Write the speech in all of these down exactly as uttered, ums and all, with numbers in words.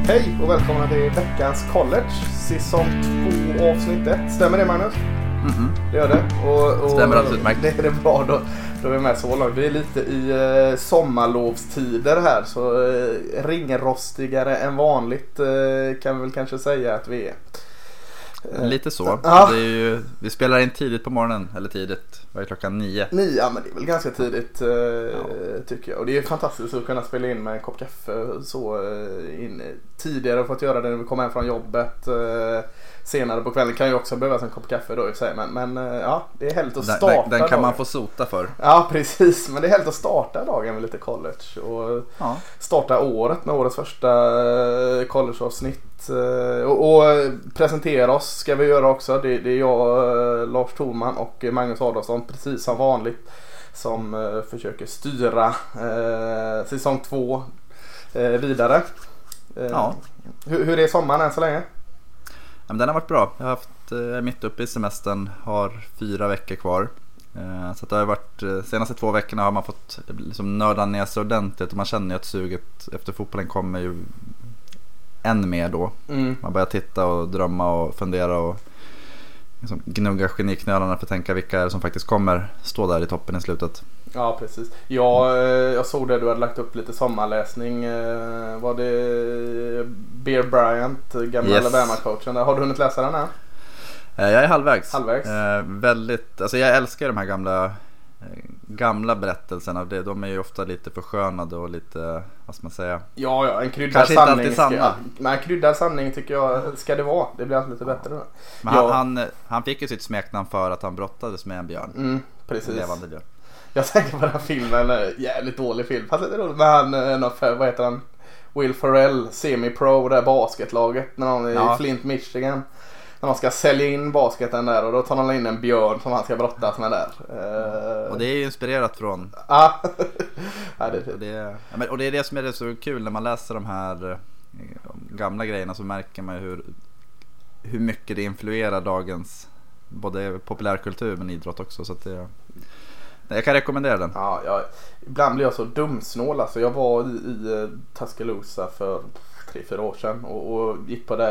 Hej och välkomna till veckans college, säsong två avsnitt ett. Stämmer det, Magnus? Mm-hmm. Det gör det. Och, och Stämmer alldeles utmärkt. Det är det bra, då, då är vi med så långt. Vi är lite i eh, sommarlovstider här, så eh, ringrostigare än vanligt eh, kan vi väl kanske säga att vi är. Lite så. Ja. Det är ju, vi spelar in tidigt på morgonen, eller tidigt, var det klockan nio? Nio, ja, men det är väl ganska tidigt eh, Ja. tycker jag. Och det är fantastiskt att kunna spela in med en kopp kaffe så eh, in, tidigare och fått göra det när vi kommer hem från jobbet. Eh, senare på kvällen kan ju också behövas en kopp kaffe då i sig. Men, men eh, ja, det är helt att starta Den, den, den kan dagen. man få sota för. Ja, precis. Men det är helt att starta dagen med lite college. Och Ja. starta året med årets första eh, collegeavsnitt. Eh, och, och presentera oss ska vi göra också. Det, det är jag, eh, Lars Thorman och Magnus Adolfsson, precis som vanligt, som eh, försöker styra eh, säsong två eh, vidare. Eh, Ja. hur, hur är sommaren än så länge? Ja, men den har varit bra. Jag har haft eh, mitt uppe i semestern, har fyra veckor kvar. Eh, så att det har varit, eh, senaste två veckorna har man fått eh, liksom nörda ner sig ordentligt. Och man känner ju att suget efter fotbollen kommer ju än mer då. Mm. Man börjar titta och drömma och fundera och liksom gnugga geniknölarna för att tänka vilka är det som faktiskt kommer stå där i toppen i slutet. Ja, precis. Jag, jag såg det, du hade lagt upp lite sommarläsning. Var det Bear Bryant, gamla Yes. Alabama-coachen? Har du hunnit läsa den här? Jag är halvvägs. Halvvägs. Eh, väldigt, alltså jag älskar de här gamla gamla berättelserna. De är ju ofta lite förskönade och lite, vad ska man säga? Ja, ja, en kryddad Kanske inte sanning. alltid sanna. Ska, men en kryddad sanning tycker jag ska det vara. Det blir alltid lite bättre då. Men ja. han, han, han fick ju sitt smeknamn för att han brottades med en björn. Mm, En precis. levande björn. Jag tänker på den här filmen, jävligt dålig film. Fast lite roligt. Men han, en av, vad heter han? Will Ferrell, semi-pro, det där basketlaget när de är Ja. i Flint, Michigan. När de ska sälja in basketen där och då tar de in en björn som han ska brottas med där. Uh... Och det är ju inspirerat från... Ja, ja det är Och fint. det, är, ja, men- och det är det som är så kul när man läser de här eh, gamla grejerna, så märker man ju hur, hur mycket det influerar dagens både populärkultur men idrott också. Så att det, jag kan rekommendera den. Ja, jag, ibland blir jag så dumsnål. Alltså, jag var i, i Tuscaloosa för tre, fyra år sedan och, och gick på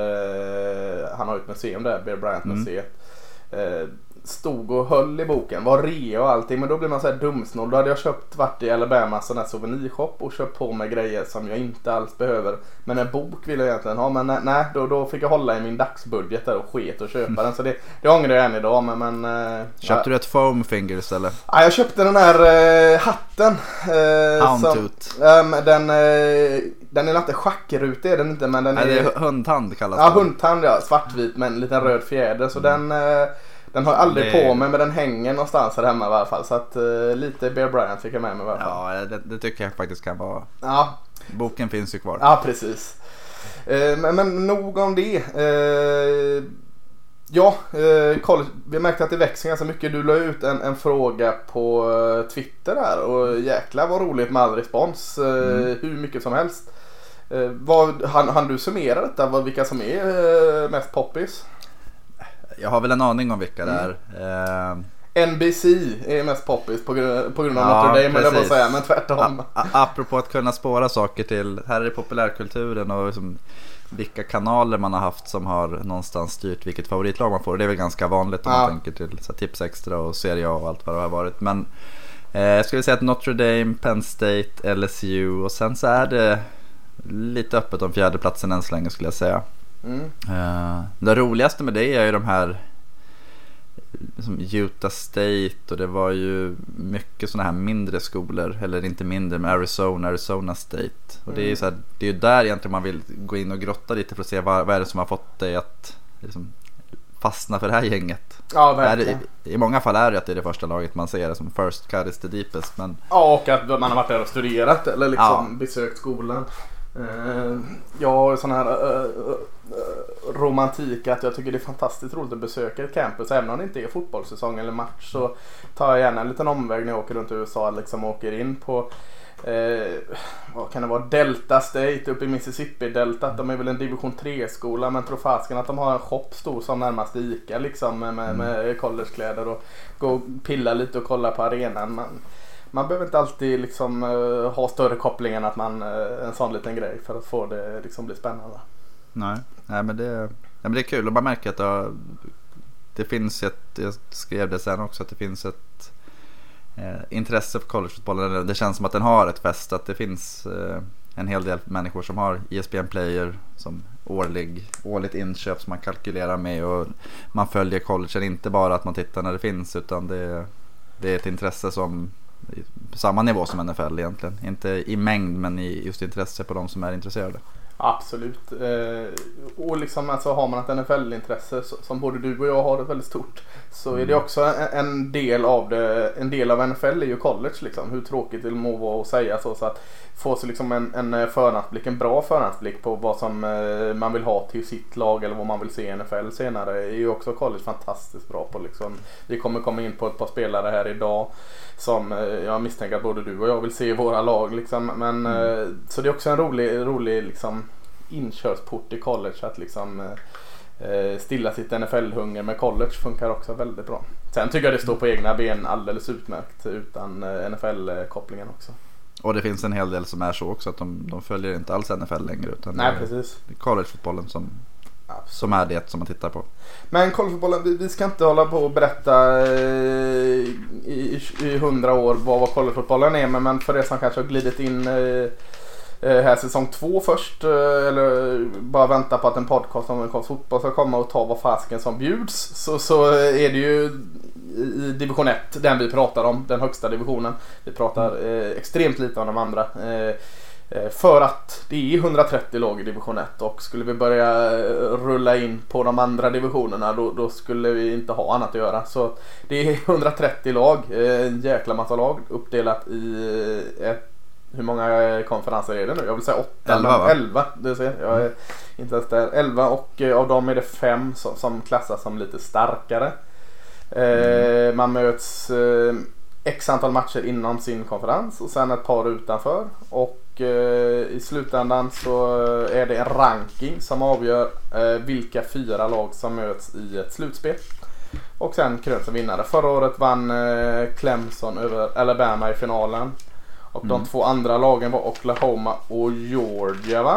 det. Han har ett museum där, Bear Bryant museet. Mm. Eh, stod och höll i boken, var rea och allting, men då blir man så här dumsnål. Då hade jag köpt, varit i Alabama sån här souvenirshop och köpt på mig grejer som jag inte alls behöver. Men en bok vill jag egentligen ha, men nej, då, då fick jag hålla i min dagsbudget där och sket och köpa den. Så det, det ångrar jag än idag, men... men eh, Köpte ja. du ett foam finger istället? Ja, jag köpte den här eh, hatten. Eh, Houndtooth. Um, den, eh, den är inte schackrutig, är den inte, men den Nej, är... det är hundtand kallas Ja, det. hundtand, ja. Svartvit med en liten röd fjäder. Så den, eh, den har jag aldrig Det- på mig, men den hänger någonstans här hemma i alla fall. Så att eh, lite Bear Bryant fick jag med mig i alla fall. Ja, det, det tycker jag faktiskt kan vara. Ja, Boken finns ju kvar. ja precis. Eh, men, men nog om det. Eh, ja, eh, college, vi märkte att det växer ganska mycket. Du la ut en, en fråga på eh, Twitter där. Och jäklar vad roligt med all respons. Eh, Mm. Hur mycket som helst. Eh, vad, han, han du summera detta? Vad, vilka som är eh, mest poppis? Jag har väl en aning om vilka det är. Eh, N B C är mest poppis på grund, på grund av Ja, Notre Dame, men jag precis. bara säga, men tvärtom. a- a- apropå att kunna spåra saker till, här är det populärkulturen och liksom vilka kanaler man har haft som har någonstans styrt vilket favoritlag man får. Och det är väl ganska vanligt om Ja. man tänker till så här, Tips Extra och Serie A och allt vad det har varit. Men eh, jag skulle säga att Notre Dame, Penn State, L S U och sen så är det lite öppet om fjärdeplatsen än så länge, skulle jag säga. Mm. Uh, det roligaste med det är ju de här som Utah State, och det var ju mycket såna här mindre skolor, eller inte mindre, men Arizona, Arizona State. Och det är ju så här, det är ju där egentligen man vill gå in och grotta lite för att se vad, vad är det som har fått dig att liksom fastna för det här gänget. Ja, Är verkligen. det, I många fall är det att det är det första laget man ser det som first cut is the deepest, men Ja, och att man har varit där och studerat eller liksom Ja. besökt skolan. Uh, jag har sån här uh, uh, romantik att jag tycker det är fantastiskt roligt att besöka ett campus. Även om det inte är fotbollssäsong eller match, så tar jag gärna en liten omväg när jag åker runt i U S A. Liksom åker in på uh, vad kan det vara, Delta State uppe i Mississippi-deltat. De är väl en division tre-skola, men tror fasken att de har en shop stor som närmast Ica liksom, med, med, med collegekläder och gå och pilla lite och kolla på arenan. Men man behöver inte alltid liksom uh, ha större koppling än att man uh, en sån liten grej för att få det liksom bli spännande. Nej, Nej men, det, ja, men det är kul och man märker att det, det finns ett, jag skrev det sen också, att det finns ett eh, intresse för collegefotbollen. Det känns som att den har ett fäst, att det finns eh, en hel del människor som har E S P N Player som årlig, årligt inköp som man kalkylerar med, och man följer collegen, inte bara att man tittar när det finns, utan det, det är ett intresse som på samma nivå som N F L egentligen, inte i mängd men i just intresse på de som är intresserade. Absolut. Eh, och liksom alltså har man ett N F L-intresse som både du och jag har ett väldigt stort, så mm. är det också en, en del av det, en del av N F L är ju college liksom. Hur tråkigt det må vara att säga så, så att få så liksom en, en förhandsblick, en bra förhandsblick på vad som eh, man vill ha till sitt lag eller vad man vill se i N F L senare är ju också college fantastiskt bra på liksom. Vi kommer komma in på ett par spelare här idag som eh, jag misstänker att både du och jag vill se i våra lag liksom, men mm. eh, så det är också en rolig, rolig liksom inkörsport i college att liksom eh, stilla sitt N F L-hunger med college funkar också väldigt bra. Sen tycker jag det står på egna ben alldeles utmärkt utan eh, N F L-kopplingen också. Och det finns en hel del som är så också, att de, de följer inte alls N F L längre, utan Nej, det, precis. det är collegefotbollen som, som är det som man tittar på. Men collegefotbollen, vi, vi ska inte hålla på och berätta eh, i, i hundra år vad, vad collegefotbollen är, men, men för det som kanske har glidit in eh, här säsong två först, eller bara vänta på att en podcast om en fotboll ska komma och ta vad fasken som bjuds, så, så är det ju i division ett den vi pratar om, den högsta divisionen. Vi pratar eh, extremt lite om de andra eh, för att det är hundratrettio lag i division ett, och skulle vi börja rulla in på de andra divisionerna då, då skulle vi inte ha annat att göra. Så det är hundratrettio lag, en jäkla massa lag uppdelat i ett. Hur många konferenser är det nu? Jag vill säga åtta. elva, va? elva, du ser. Jag är inte ens där. elva, och av dem är det fem som, som klassas som lite starkare. Mm. Eh, man möts eh, x antal matcher inom sin konferens och sen ett par utanför. Och eh, i slutändan så är det en ranking som avgör eh, vilka fyra lag som möts i ett slutspel. Och sen kröns en vinnare. Förra året vann eh, Clemson över Alabama i finalen. Och de mm. två andra lagen var Oklahoma och Georgia, va?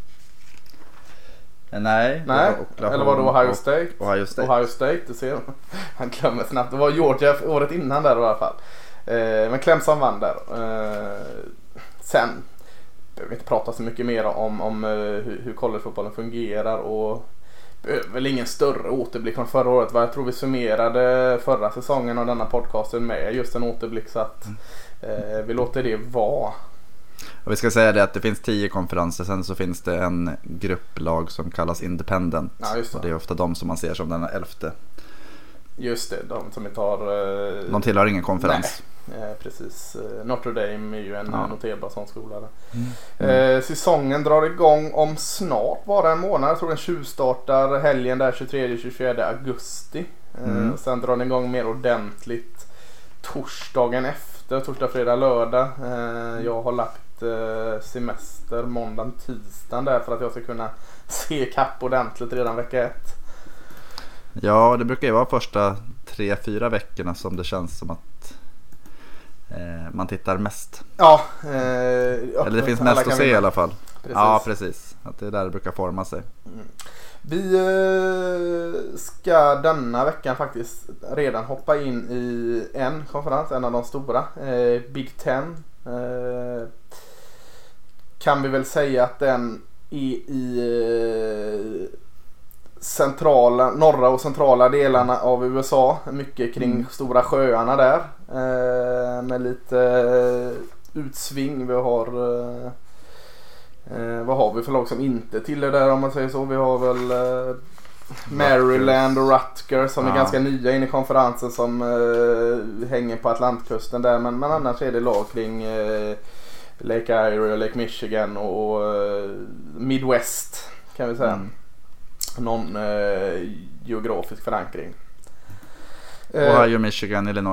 Nej, Nej. Var eller var det Ohio State? Ohio State. Ohio State, du ser. Han glömmer snabbt. Det var Georgia året innan där i alla fall. Eh, men Clemson vann där. Eh, sen behöver vi inte prata så mycket mer om, om hur, hur collegefotbollen fungerar, och väl ingen större återblick från förra året. Jag tror vi summerade förra säsongen av denna podcasten med just en återblick, så att eh, vi låter det vara. Och vi ska säga det att det finns tio konferenser, sen så finns det en grupplag som kallas Independent. Ja, just det. Och det är ofta de som man ser som den elfte. Just det, de som inte har... Eh... De tillhör ingen konferens. Nej, eh, precis. Notre Dame är ju en ja. noterbar sån skola där. Mm. Mm. Eh, säsongen drar igång om snart, bara en månad. Jag tror den tjuvstartar helgen där tjugotredje till tjugofjärde augusti. Eh, mm. Sen drar den igång mer ordentligt torsdagen efter, torsdag, fredag, lördag. Eh, jag har lagt eh, semester måndagen, tisdagen där för att jag ska kunna se kapp ordentligt redan vecka ett. Ja, det brukar ju vara första tre, fyra veckorna som det känns som att eh, man tittar mest. Ja, eh, eller det finns mest att se i alla fall. Precis. Ja, precis. Att det är där det brukar forma sig. Mm. Vi eh, ska denna veckan faktiskt redan hoppa in i en konferens, en av de stora, eh, Big Ten. Eh, kan vi väl säga att den är i eh, centrala, norra och centrala delarna av U S A. Mycket kring mm. stora sjöarna där. Eh, med lite eh, utsving. Vi har eh, eh, vad har vi för lag som inte tillhör där, om man säger så. Vi har väl eh, Maryland och Rutgers som ja. är ganska nya in i konferensen, som eh, hänger på Atlantkusten där. Men, men annars är det lag kring eh, Lake Erie och Lake Michigan och, och eh, Midwest kan vi säga. Mm. Någon eh, geografisk förankring. Ohio, Michigan, Illinois.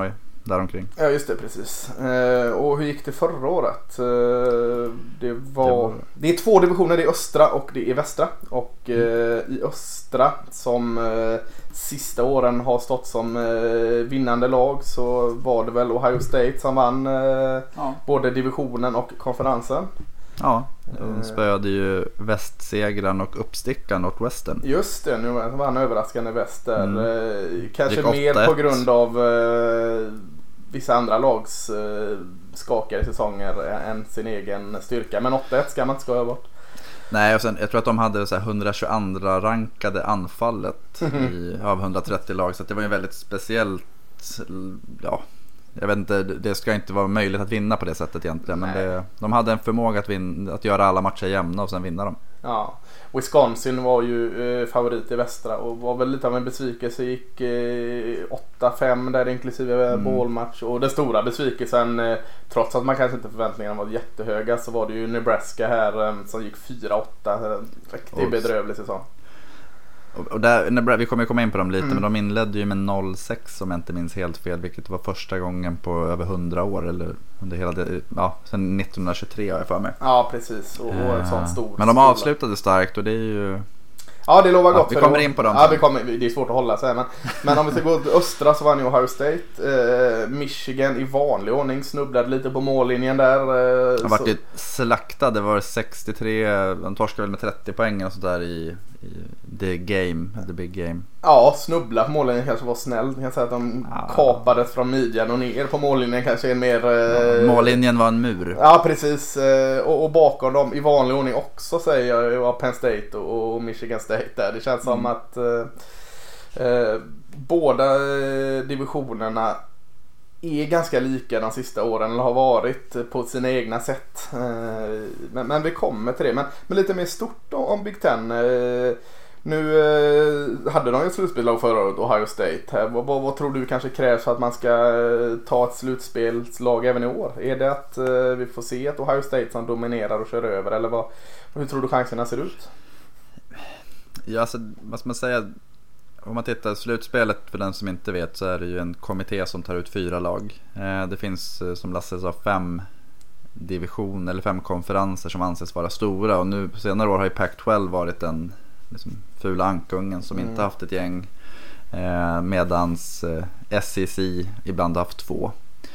däromkring. Ja, just det, precis. Eh, och hur gick det förra året? Eh, det, var... det var... Det är två divisioner, det är östra och det är västra. Och eh, i östra, som eh, sista åren har stått som eh, vinnande lag, så var det väl Ohio State som vann eh, ja. både divisionen och konferensen. Ja, de spöade ju västsegraren och uppstickaren Northwestern. Just det, nu var han överraskande väst där. Mm. Kanske Gick mer på grund av eh, vissa andra lags eh, skakade säsonger än sin egen styrka. Men åtta ett ska man inte skoja bort. Nej, och sen, jag tror att de hade så här hundraåttiotvå rankade anfallet i, av hundratrettio lag. Så det var ju väldigt speciellt, ja... Jag vet inte, det ska inte vara möjligt att vinna på det sättet egentligen. Men det, de hade en förmåga att, vinna, att göra alla matcher jämna och sen vinna dem. Ja, Wisconsin var ju eh, favorit i västra och var väl lite av en besvikelse. Gick eh, åtta fem där inklusive mm. ballmatch. Och den stora besvikelsen, eh, trots att man kanske inte förväntningarna var jättehöga, så var det ju Nebraska här eh, som gick fyra åtta. Riktigt bedrövlig säsong. Och där, vi kommer komma in på dem lite, mm. men de inledde ju med noll sex om jag inte minns helt fel, vilket var första gången på över hundra år, eller under hela det, ja, sen nittonhundratjugotre har jag för mig. Ja, precis, och, och ett sånt stort. Men de avslutade starkt och det är ju... Ja, det lovar gott. Ja, vi kommer in på dem. Ja, vi kommer, det är svårt att hålla sig, men, men om vi ska gå till östra så vann ju Ohio State. Eh, Michigan i vanlig ordning snubblade lite på mållinjen där. Eh, de var ju slaktade, det var sextiotre, de torskade väl med trettio poäng och sådär i, i the game, the big game. Ja, snubbla på mållinjen kanske var snällt. Jag kan säga att de ja. kapades från midjan och ner på mållinjen kanske är mer... Eh, ja, mållinjen var en mur. Ja, precis. Eh, och, och bakom dem i vanlig ordning också, säger jag, var Penn State och, och Michigan State där. Det känns som mm. att eh, eh, båda divisionerna är ganska lika de sista åren, eller har varit på sina egna sätt. Eh, men, men vi kommer till det. Men, men lite mer stort om Big Ten. Eh, nu eh, hade de ju ett slutspelslag förra året, Ohio State. Här. Vad, vad, vad tror du kanske krävs för att man ska eh, ta ett slutspelslag även i år? Är det att eh, vi får se ett Ohio State som dominerar och kör över? Eller vad, hur tror du chanserna ser ut? Ja, alltså, vad ska man säga? Om man tittar slutspelet, för den som inte vet, så är det ju en kommitté som tar ut fyra lag. Eh, det finns, som Lasse sa, fem divisioner eller fem konferenser som anses vara stora. Och nu på senare år har ju Pac tolv varit den liksom fula ankungen som mm. inte haft ett gäng. Eh, medans eh, S E C ibland har haft två.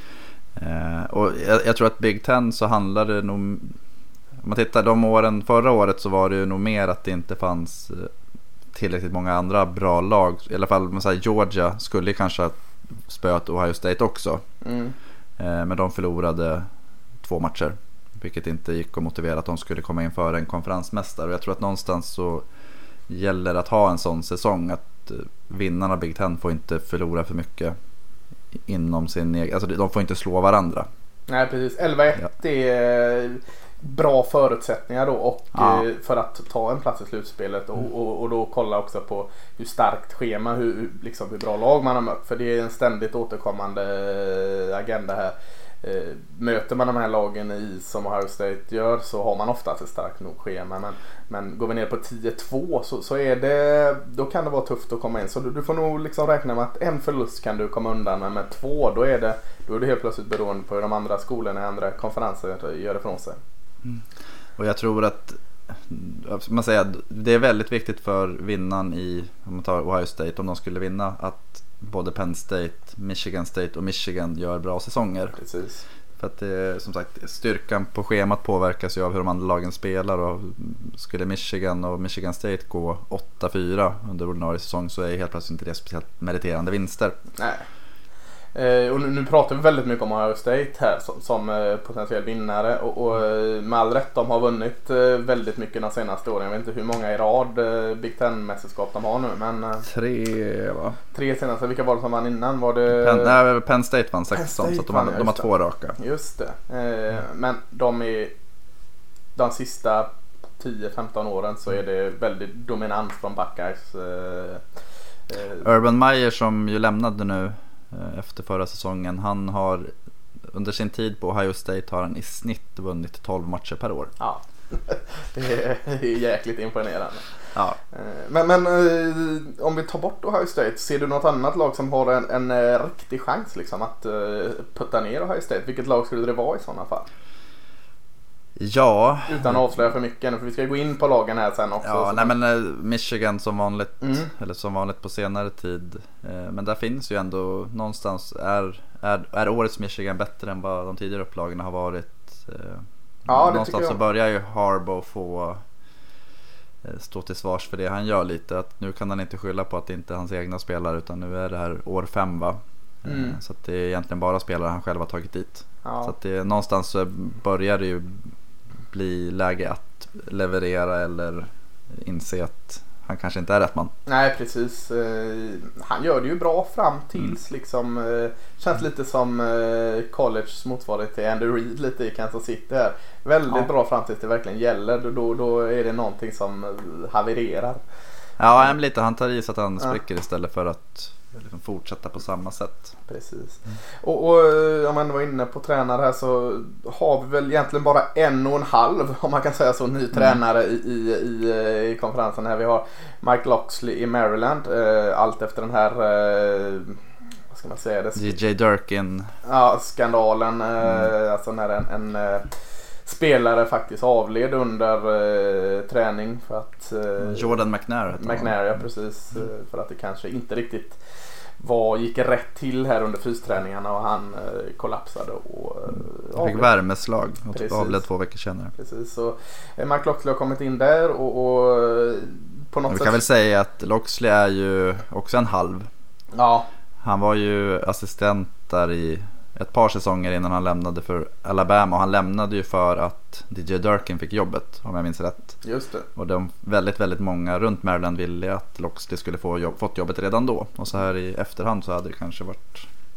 Eh, och jag, jag tror att Big Ten så handlar det nog... Om man tittar de åren, förra året så var det ju nog mer att det inte fanns tillräckligt många andra bra lag. I alla fall man säger, Georgia skulle kanske ha spöat Ohio State också. Mm. Eh, men de förlorade två matcher, vilket inte gick att motivera att de skulle komma in för en konferensmästare. Och jag tror att någonstans så gäller att ha en sån säsong att vinnarna Big Ten får inte förlora för mycket inom sin egen, alltså de får inte slå varandra. Nej, precis. elva ett ja. är bra förutsättningar då, och ja. för att ta en plats i slutspelet och, och, och då kolla också på hur starkt schema, hur, liksom hur bra lag man har mött, för det är en ständigt återkommande agenda här. Möter man de här lagen i som Ohio State gör, så har man oftast ett starkt nog schema, men, men går vi ner på tio två så, så är det, då kan det vara tufft att komma in, så du, du får nog liksom räkna med att en förlust kan du komma undan, men med två då är det, då är det helt plötsligt beroende på hur de andra skolorna i andra konferenser gör det från sig. Mm. Och jag tror att man säger, det är väldigt viktigt för vinnaren i, om man tar Ohio State, om de skulle vinna, att både Penn State, Michigan State och Michigan gör bra säsonger. Precis. För att det, som sagt, styrkan på schemat påverkas ju av hur de andra lagen spelar, och skulle Michigan och Michigan State gå åtta fyra under ordinarie säsong, så är helt plötsligt inte det speciellt meriterande vinster. Nej. Eh, och nu, nu pratar vi väldigt mycket om Ohio State här som, som eh, potentiell vinnare, och, och med all rätt, de har vunnit eh, väldigt mycket de senaste åren. Jag vet inte hur många i rad eh, Big Ten-mästerskap de har nu, men eh, tre va? Tre senaste, vilka var det som vann innan? Var det... Penn, nej, Penn State vann sexton, så att de, vann, har, de har två raka. Just det, eh, men de är de sista tio femton åren så är det väldigt dominant från Buckeyes. Eh, eh. Urban Meyer, som ju lämnade nu efter förra säsongen, han har under sin tid på Ohio State har han i snitt vunnit tolv matcher per år. Ja, Det är jäkligt imponerande. Ja. Men, men om vi tar bort Ohio State, ser du något annat lag som har en, en, en riktig chans liksom, att putta ner Ohio State? Vilket lag skulle det vara i sådana fall? Ja. Utan att avslöja för mycket, för vi ska gå in på lagen här sen också. Ja, nej men Michigan som vanligt, mm. eller som vanligt på senare tid. Men där finns ju ändå någonstans, är, är, är årets Michigan bättre än vad de tidigare upplagorna har varit? Ja, det någonstans så jag. börjar ju Harbaugh få stå till svars för det han gör lite. Att nu kan han inte skylla på att det inte är hans egna spelare, utan nu är det här år fem va? Mm. Så att det är egentligen bara spelare han själv har tagit dit. Ja. Så att det, någonstans så börjar det ju bli läge att leverera eller inse att han kanske inte är rätt man. Nej, precis. Han gör det ju bra fram tills mm. liksom, känns lite som colleges motsvarighet till Andy Reid lite i Kansas City här. Väldigt ja. bra fram tills det verkligen gäller. Då, då är det någonting som havererar. Ja, en lite han tar i så att han spricker ja. istället för att liksom fortsätta på samma sätt. Precis. Mm. Och, och om man var inne på tränare här, så har vi väl egentligen bara en och en halv, om man kan säga så, ny mm. tränare i, i, i, i konferensen här. Vi har Mike Locksley i Maryland, eh, allt efter den här eh, vad ska man säga det? D J Durkin. Ja, skandalen, eh, mm. alltså när en, en eh, spelare faktiskt avled under eh, träning för att eh, Jordan McNair McNair, ja, precis, mm. för att det kanske inte riktigt var, gick rätt till här under fysträningarna och han eh, kollapsade och eh, avled. Fick värmeslag och avled två veckor senare. Precis, så eh, Mike Locksley har kommit in där och, och på något Vi sätt... kan väl säga att Locksley är ju också en halv. Ja. Han var ju assistent där i ett par säsonger innan han lämnade för Alabama, och han lämnade ju för att D J Durkin fick jobbet, om jag minns rätt. Just det. Och de väldigt, väldigt många runt Maryland ville att Locksley skulle få jobb, fått jobbet redan då. Och så här i efterhand så hade det kanske varit,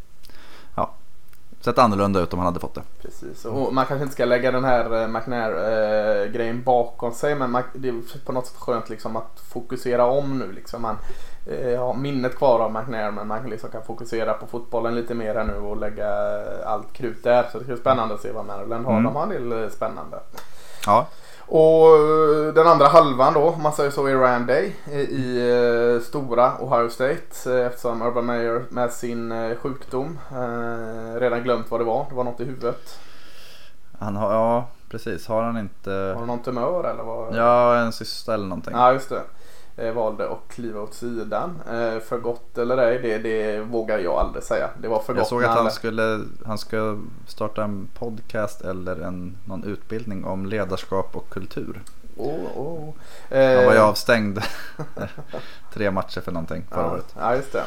ja, sett annorlunda ut om han hade fått det. Precis, och man kanske inte ska lägga den här McNair-grejen bakom sig, men man, det är på något sätt skönt liksom att fokusera om nu. Liksom. Man har minnet kvar av McNair, men man liksom kan fokusera på fotbollen lite mer här nu och lägga allt krut där. Så det är spännande att se vad Maryland har. Mm. De har en del spännande. Ja. Och den andra halvan då, man säger så, i Rand Day i, i stora Ohio State, eftersom Urban Meyer med sin sjukdom eh, redan glömt vad det var. Det var något i huvudet. Han har, ja, precis. Har han inte... Har han någon tumör eller vad? Ja, en cysta eller någonting. Ja, just det. Eh, valde att kliva åt sidan. Eh, för gott eller ej, det, det vågar jag aldrig säga. Det var för jag gott. såg att han skulle, han ska starta en podcast eller en, någon utbildning om ledarskap och kultur. Oh, oh. Eh, han var ju avstängd tre matcher för någonting förra ja, året. Ja, just det.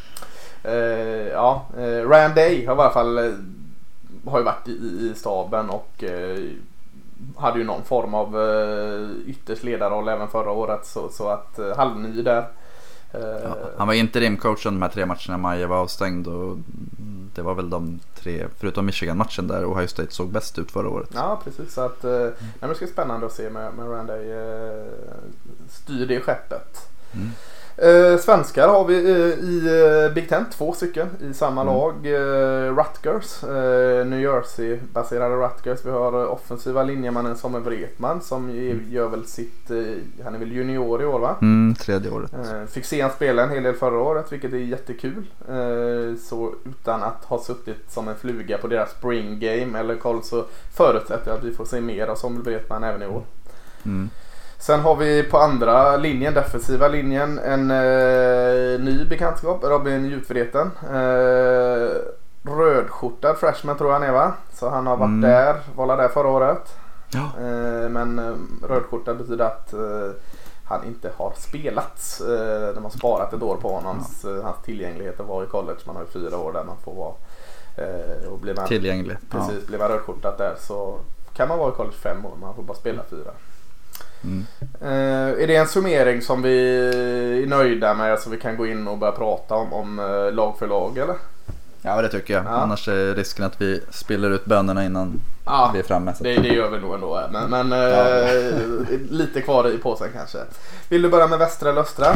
Eh, ja, eh, Rand Day har i alla fall eh, har ju varit i, i staben och eh, hade ju någon form av eh, ytterst ledarroll även förra året, så, så att eh, halvny där. Eh, ja, han var interimcoachen de här tre matcherna. Maja var avstängd, och det var väl de tre, förutom Michigan-matchen där Ohio State såg bäst ut förra året. Ja, precis, så att eh, mm. det ska bli spännande att se med, med Randy eh, styr det skeppet. Mm. Eh, svenskar har vi eh, i eh, Big Ten, två stycken i samma mm. lag. eh, Rutgers, eh, New Jersey baserade Rutgers. Vi har eh, offensiva linjemannen Samuel Wretman som mm. gör väl sitt, eh, han är väl junior i år va? Mm, tredje året. eh, Fick se han spela en hel del förra året, vilket är jättekul, eh, så utan att ha suttit som en fluga på deras spring game eller koll, så förutsätter jag att vi får se mer av Samuel Wretman även i år. Mm. Sen har vi på andra linjen, defensiva linjen, en eh, ny bekantskap, Robin Jutvreten. Eh, rödskjortad freshman tror jag han är va? Så han har varit mm. där, var där förra året. Ja. Eh, men eh, rödskjortad betyder att eh, han inte har spelat. Eh, de har sparat ett år på honom. Ja. Hans tillgänglighet att vara i college. Man har ju fyra år där man får vara eh, och blir man, tillgänglig. Precis, ja. Blir man rödskjortad där så kan man vara i college fem år. Man får bara spela fyra. Mm. Uh, är det en summering som vi är nöjda med, så vi kan gå in och börja prata om, om uh, lag för lag eller? Ja, det tycker jag. Ja. Annars är risken att vi spiller ut bönorna innan ja, vi är framme. Det, det gör vi nog ändå. Men, men uh, ja. lite kvar i påsen kanske. Vill du börja med västra eller östra?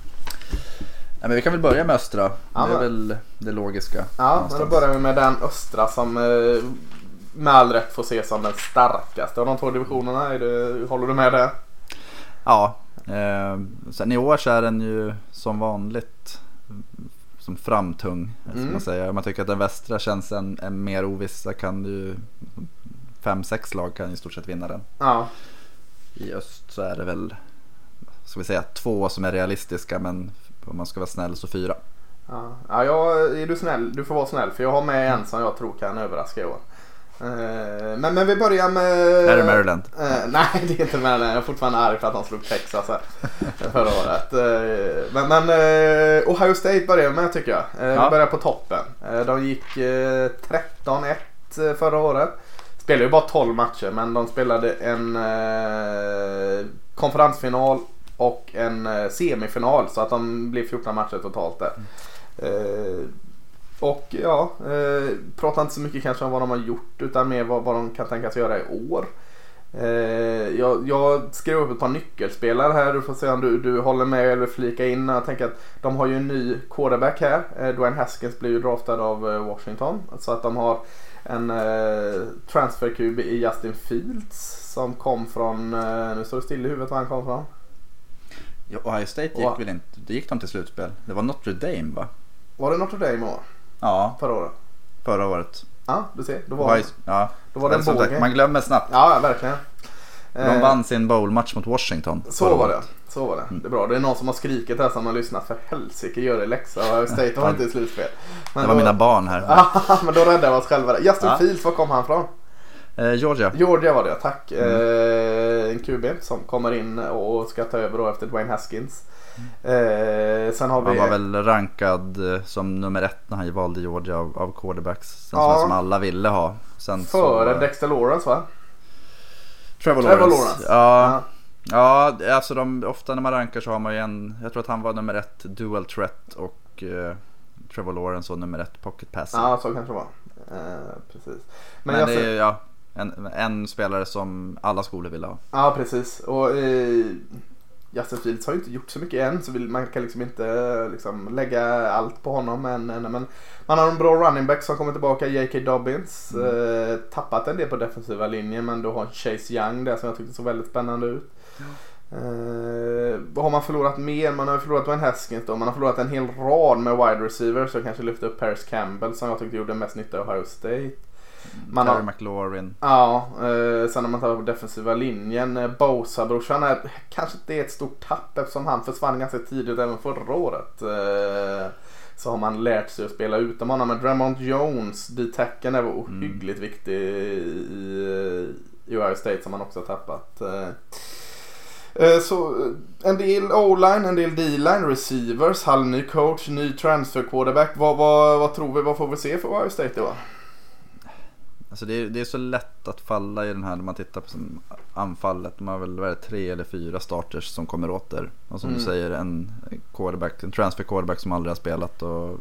Ja, men vi kan väl börja med östra. Ja, det är men... väl det logiska. Ja, men då börjar vi med den östra som uh, med all rätt får ses som den starkaste av de två divisionerna. Är det, håller du med där? Ja, eh, sen i år så är den ju som vanligt som framtung, mm. ska man säga. Om man tycker att den västra känns en, en mer oviss, så kan du fem, sex lag kan i stort sett vinna den. Ja. I öst så är det väl, ska vi säga, två som är realistiska, men om man ska vara snäll så fyra. Ja, ja jag, är du snäll? Du får vara snäll, för jag har med en som jag tror kan överraska i år. Uh, men, men vi börjar med... Är det Maryland? Uh, nej, det är inte Maryland. Jag är fortfarande arg för att de slog Texas här förra året. Uh, men men uh, Ohio State börjar med, tycker jag. Uh, ja. Vi börjar på toppen. Uh, de gick uh, tretton ett förra året. Spelade ju bara tolv matcher, men de spelade en uh, konferensfinal och en uh, semifinal, så att de blev fjorton matcher totalt där. Uh, Och ja, eh, pratar inte så mycket kanske om vad de har gjort, utan mer vad, vad de kan tänkas göra i år. Eh, jag, jag skrev upp ett par nyckelspelare här, du får se om du, du håller med eller flika in. Jag tänker att de har ju en ny quarterback här. Eh, Dwayne Haskins blev ju draftad av eh, Washington, så att de har en eh, transfer-Q B i Justin Fields som kom från, eh, nu står det still i huvudet var han kom från. Ja, Ohio State gick och, väl inte, det gick de till slutspel. Det var Notre Dame, va? Var det Notre Dame år? Ja, förra året. Förra året. Ja, du ser. Då var, ja. då var det en bowl. Man glömmer snabbt. Ja, verkligen. De vann sin bowl-match mot Washington. Så var det. Så var det. Mm. Det är bra. Det är någon som har skrikit här som har lyssnat, för helsike, gör det läxa. Och State var inte i slutspel. Men det var då, mina barn här. Ja, men då räddade vi oss själva. Justin ja. Fields, var kom han från? Eh, Georgia. Georgia var det, tack. Mm. Eh, en Q B som kommer in och ska ta över då efter Dwayne Haskins. Eh, sen har vi... Han var väl rankad som nummer ett när han valde Georgia av, av quarterbacks. Sen ja. Som alla ville ha. Sen före så, Dexter Lawrence, va? Trevor Lawrence. Trevor Lawrence. Ja. Ja. Ja, alltså de, ofta när man rankar så har man ju en, jag tror att han var nummer ett dual threat och eh, Trevor Lawrence var nummer ett pocket passer. Ja, så kanske det var. Eh, precis. Men, Men det ser... är ja, en, en spelare som alla skolor vill ha. Ja, precis. Och eh, Justin Fields har ju inte gjort så mycket än, så vill, man kan liksom inte liksom, lägga allt på honom. Men, men man har en bra running back som kommer tillbaka, J K. Dobbins. Mm. Eh, tappat en del på defensiva linjen, men då har Chase Young där som jag tyckte så väldigt spännande ut. Mm. Eh, vad har man förlorat mer? Man har förlorat Dwayne Haskins då. Man har förlorat en hel rad med wide receivers. Så kanske lyfte upp Paris Campbell som jag tyckte gjorde mest nytta i Ohio State. Man Terry har, McLaurin. Ja, eh, sen när man tar på defensiva linjen, eh, Bosa-brorsan är kanske inte ett stort tapp eftersom han försvann ganska tidigt även förra året. Eh, så har man lärt sig att spela utom honom. Men Draymond Jones, D-tacken är ohyggligt mm. viktig i, i Ohio State som man också har tappat. Eh, eh, så en del O-line, en del D-line, receivers, halvny coach, ny transfer quarterback. Vad, vad, vad tror vi, vad får vi se för Ohio State då? Alltså det är, det är så lätt att falla i den här när man tittar på anfallet. Man har väl varit tre eller fyra starters som kommer åter. Och som mm. du säger, en quarterback, en transfer quarterback som aldrig har spelat. Och...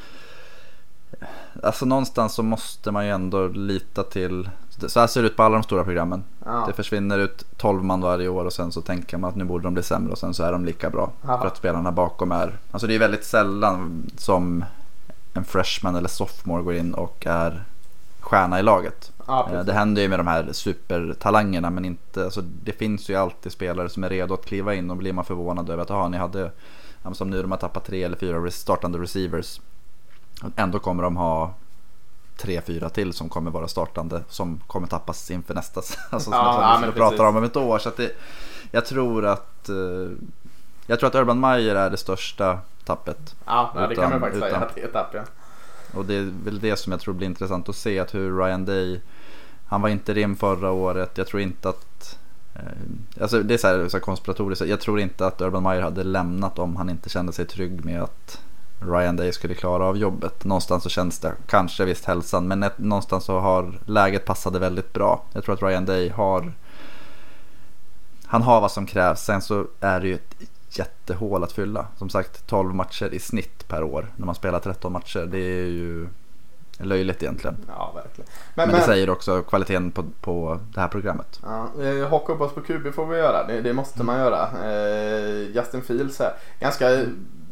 Alltså någonstans så måste man ju ändå lita till. Så här ser det ut på alla de stora programmen. Ja. Det försvinner ut tolv man varje år och sen så tänker man att nu borde de bli sämre och sen så är de lika bra. Ja. För att spelarna bakom är. Alltså det är väldigt sällan som en freshman eller sophomore går in och är stjärna i laget. Ja, det händer ju med de här supertalangerna, men inte, alltså, det finns ju alltid spelare som är redo att kliva in och blir man förvånad över att aha, ni hade, som nu de har tappat tre eller fyra startande receivers, ändå kommer de ha tre, fyra till som kommer vara startande som kommer tappas inför nästa, alltså, ja, som ja, vi pratar om om ett år. Så att det, jag tror att jag tror att Urban Meyer är det största tappet. Ja, utan, det kan man faktiskt utan, säga att det är tapp, ja. Och det är väl det som jag tror blir intressant att se, att hur Ryan Day, han var inte rim förra året. Jag tror inte att eh, alltså det är så här, så här konspiratoriskt. Jag tror inte att Urban Meyer hade lämnat om han inte kände sig trygg med att Ryan Day skulle klara av jobbet. Någonstans så känns det kanske visst hälsan, men ett, någonstans så har läget passade väldigt bra. Jag tror att Ryan Day har han har vad som krävs. Sen så är det ju ett jättehål att fylla. Som sagt, tolv matcher i snitt per år när man spelar tretton matcher. Det är ju löjligt egentligen. Ja, verkligen. Men, men det men, säger också kvaliteten på, på det här programmet. Ja, eh, hocka upp oss på Q B får vi göra. Det, det måste man göra. Eh, Justin Fields här. Ganska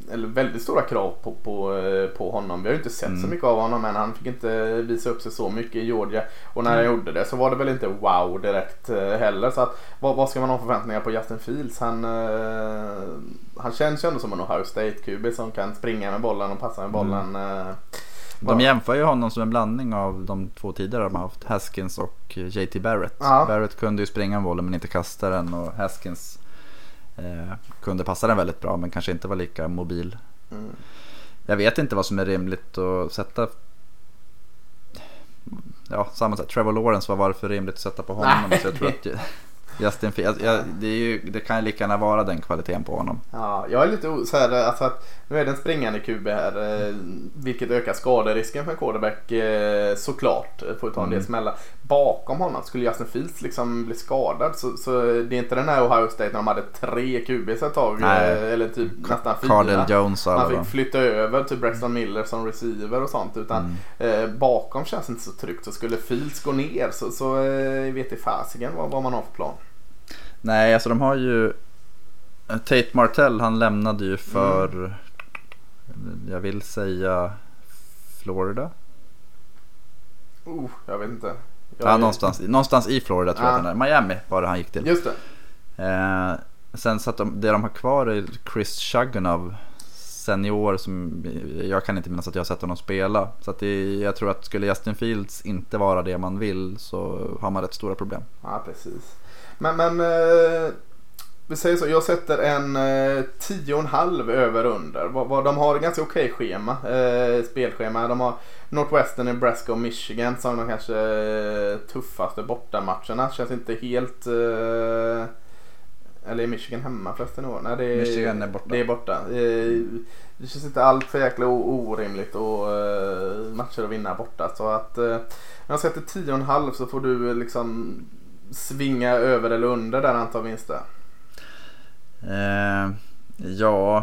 eller väldigt stora krav på, på, på honom. Vi har ju inte sett mm. så mycket av honom, men han fick inte visa upp sig så mycket i Georgia. Och när mm. jag gjorde det så var det väl inte wow direkt heller. Så att, vad, vad ska man ha förväntningar på Justin Fields? Han, uh, han känns ju ändå som en Ohio State-Q B som kan springa med bollen och passa med bollen. Mm. Uh, De jämför ju honom som en blandning av de två tidigare de har haft, Haskins och J T Barrett. Ja. Barrett kunde ju springa bollen men inte kasta den, och Haskins eh, kunde passa den väldigt bra men kanske inte var lika mobil. Mm. Jag vet inte vad som är rimligt att sätta. Ja, samma sätt. Trevor Lawrence, vad var det för rimligt att sätta på honom? Så jag tror att Justin Fields, jag, det, är ju, det kan ju lika gärna vara den kvaliteten på honom. Ja, jag är lite så här, alltså att nu är det en springande Q B här, eh, vilket ökar skaderisken för en quarterback, eh, såklart, får vi ta en del smälla. Bakom honom skulle Justin Fields liksom bli skadad, så, så det är inte den här Ohio State när de hade tre Q B's ett tag, eh, eller typ K- nästan fyra. Cardell Jones, man fick flytta över till Braxton Miller som receiver och sånt, utan mm. eh, bakom känns inte så tryggt. Så skulle Fields gå ner så, så eh, vet i fasiken vad, vad man har för plan. Nej, alltså de har ju Tate Martell, han lämnade ju för mm. jag vill säga Florida. Oh, jag vet inte. Jag ja, är... någonstans, någonstans i Florida tror ah. jag att han är. Miami var det han gick till. Just det. Eh, sen så att de, det de har kvar är Chris Chugunov, senior, som jag kan inte minnas att jag har sett honom spela. Så att det, jag tror att skulle Justin Fields inte vara det man vill så har man rätt stora problem. Ja, precis. Men, men eh, vi säger så, jag sätter en eh, tio och en halv över under. Vad, vad, de har ett ganska okej schema, eh, spelschema. De har Northwestern, Nebraska och Michigan som de kanske eh, tuffaste bortamatcherna. Känns inte helt... Eh, eller är Michigan hemma förresten i år? Nej, det är, Michigan är borta. Det är borta. Eh, det känns inte allt för jäkla orimligt och eh, matcher att vinna borta. Så att eh, när jag sätter tio och en halv så får du liksom svinga över eller under där antal vinster. Eh, ja.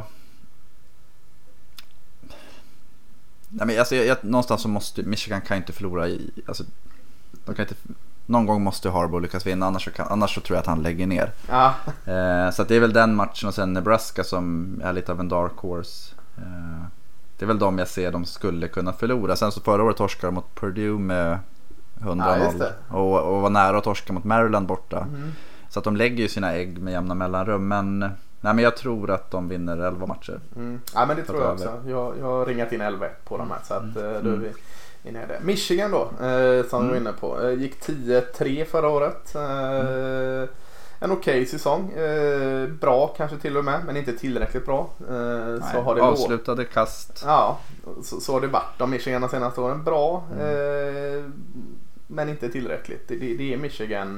Nej, men alltså, jag, jag, någonstans så måste Michigan kan inte förlora i, alltså, de kan inte, någon gång måste Harbaugh lyckas vinna, annars så, kan, annars så tror jag att han lägger ner. Ja. Eh, så att det är väl den matchen, och sen Nebraska som är lite av en dark horse. Eh, det är väl de jag ser de skulle kunna förlora. Sen så förra året torskade de mot Purdue med hundra noll ja, och, och var nära att torska mot Maryland borta. Mm. Så att de lägger ju sina ägg med jämna mellanrum. Men, nej, men jag tror att de vinner elva matcher. Mm. Ja, men det tror jag också. Jag, jag har ringat in elva på de här. Så att, mm. då är vi inne i det. Michigan då, eh, som mm. vi var inne på. Eh, gick tio tre förra året. Eh, mm. En okej okay säsong. Eh, bra kanske till och med, men inte tillräckligt bra. Eh, nej, så har det avslutade låg... kast. Ja, så, så har det varit de Michigan de senaste åren. Bra. Mm. Eh, men inte tillräckligt. Det, det, det är Michigan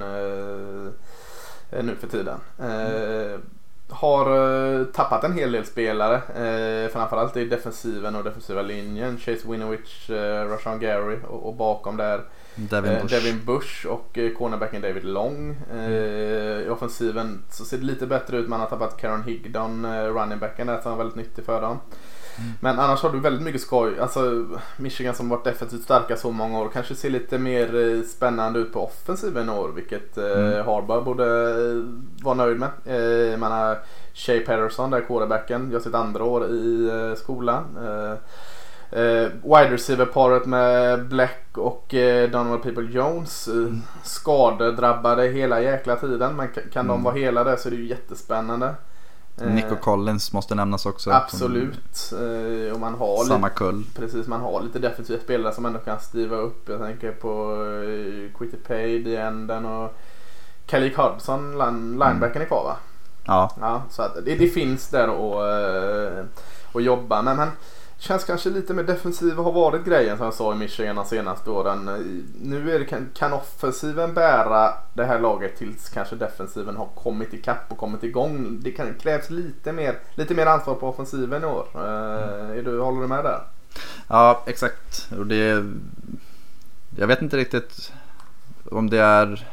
eh, nu för tiden. Eh, har eh, tappat en hel del spelare. Eh, framförallt i defensiven och defensiva linjen. Chase Winovich, eh, Rashawn Gary och, och bakom där Devin Bush, eh, Devin Bush och eh, cornerbacken David Long. Eh, I offensiven så ser det lite bättre ut. Man har tappat Karen Higdon, eh, runningbacken där som var väldigt nyttig för dem. Mm. Men annars har du väldigt mycket skoj. Alltså Michigan som varit defensivt starka så många år kanske ser lite mer eh, spännande ut på offensiven i år, vilket eh, mm. Harbaugh borde eh, vara nöjd med. Eh, man har Shea Patterson där, quarterbacken, gör sitt andra år i eh, skolan. Eh, eh, wide receiver-paret med Black och eh, Donovan People-Jones eh, mm. skadedrabbade hela jäkla tiden, men kan, kan mm. de vara hela där så är det ju jättespännande. Nico Collins måste nämnas också. Absolut. Och man har samma lite, kull. Precis, man har lite defensiva spelare som ändå kan stiva upp. Jag tänker på Quitty Pay i änden och Kalik Hudson, linebacken mm. är kvar, va? Ja. Ja, så att det, det finns där att, att jobba. Men, men känns kanske lite mer defensiv har varit grejen som jag sa i Michigan de senaste åren. Nu är det, kan, kan offensiven bära det här laget tills kanske defensiven har kommit i kapp och kommit igång. Det kan, krävs lite mer, lite mer ansvar på offensiven i år. Mm. Är du, håller du med där? Ja, exakt. Och det, jag vet inte riktigt om det är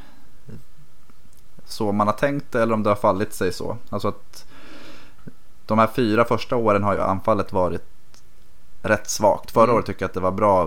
så man har tänkt eller om det har fallit sig så. Alltså att de här fyra första åren har ju anfallet varit rätt svagt. Förra mm. året tycker jag att det var bra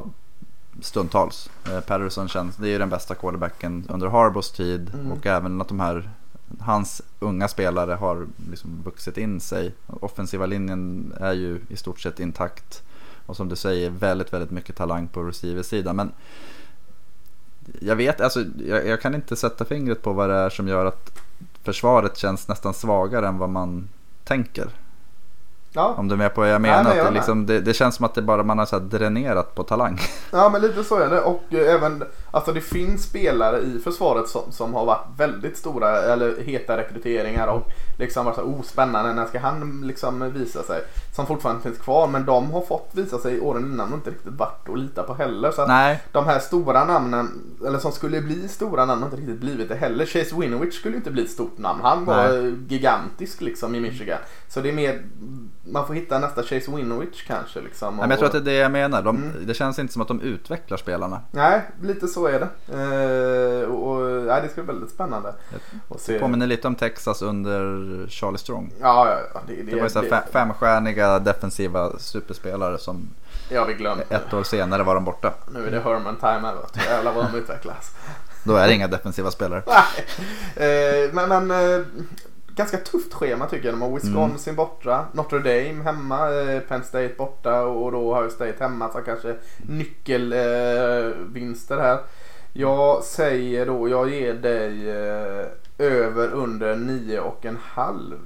stundtals. Eh, Patterson känns, det är ju den bästa quarterbacken under Harbaughs tid mm. och även att de här hans unga spelare har liksom vuxit in sig. Offensiva linjen är ju i stort sett intakt. Och som du säger, väldigt, väldigt mycket talang på receiversidan. Men jag vet, alltså jag, jag kan inte sätta fingret på vad det är som gör att försvaret känns nästan svagare än vad man tänker. Ja. Om du är med på vad jag menar. Nej, nej, att det, liksom, det, det känns som att det bara man har så här dränerat på talang. Ja, men lite så är det. Och eh, även, alltså det finns spelare i försvaret som, som har varit väldigt stora eller heta rekryteringar och liksom varit så oh, spännande, när ska han liksom visa sig, som fortfarande finns kvar, men de har fått visa sig åren innan och inte riktigt varit att lita på heller. Så att nej. De här stora namnen, eller som skulle bli stora namn, har inte riktigt blivit det heller. Chase Winovich skulle ju inte bli ett stort namn. Han var nej. gigantisk liksom i Michigan. Så det är mer, man får hitta nästa Chase Winovich kanske liksom. Nej, men jag tror att det är det jag menar. De, mm. Det känns inte som att de utvecklar spelarna. Nej, lite så är det. Eh, och, och nej, det ska bli väldigt spännande. Det se. Påminner lite om Texas under Charlie Strong. Ja, ja, ja det, det, det var ju så här femstjärniga defensiva superspelare som ja, vi glömde. Ett år senare var de borta. Nu är det Herman Timer. Jävlar vad de utvecklas. Då är det inga defensiva spelare. Nej. Eh, men... men eh, ganska tufft schema tycker jag. De har Wisconsin mm. borta, Notre Dame hemma, eh, Penn State borta och då Ohio State hemma. Så kanske nyckelvinster eh, här. Jag säger då, jag ger dig eh, över under nio och en halv.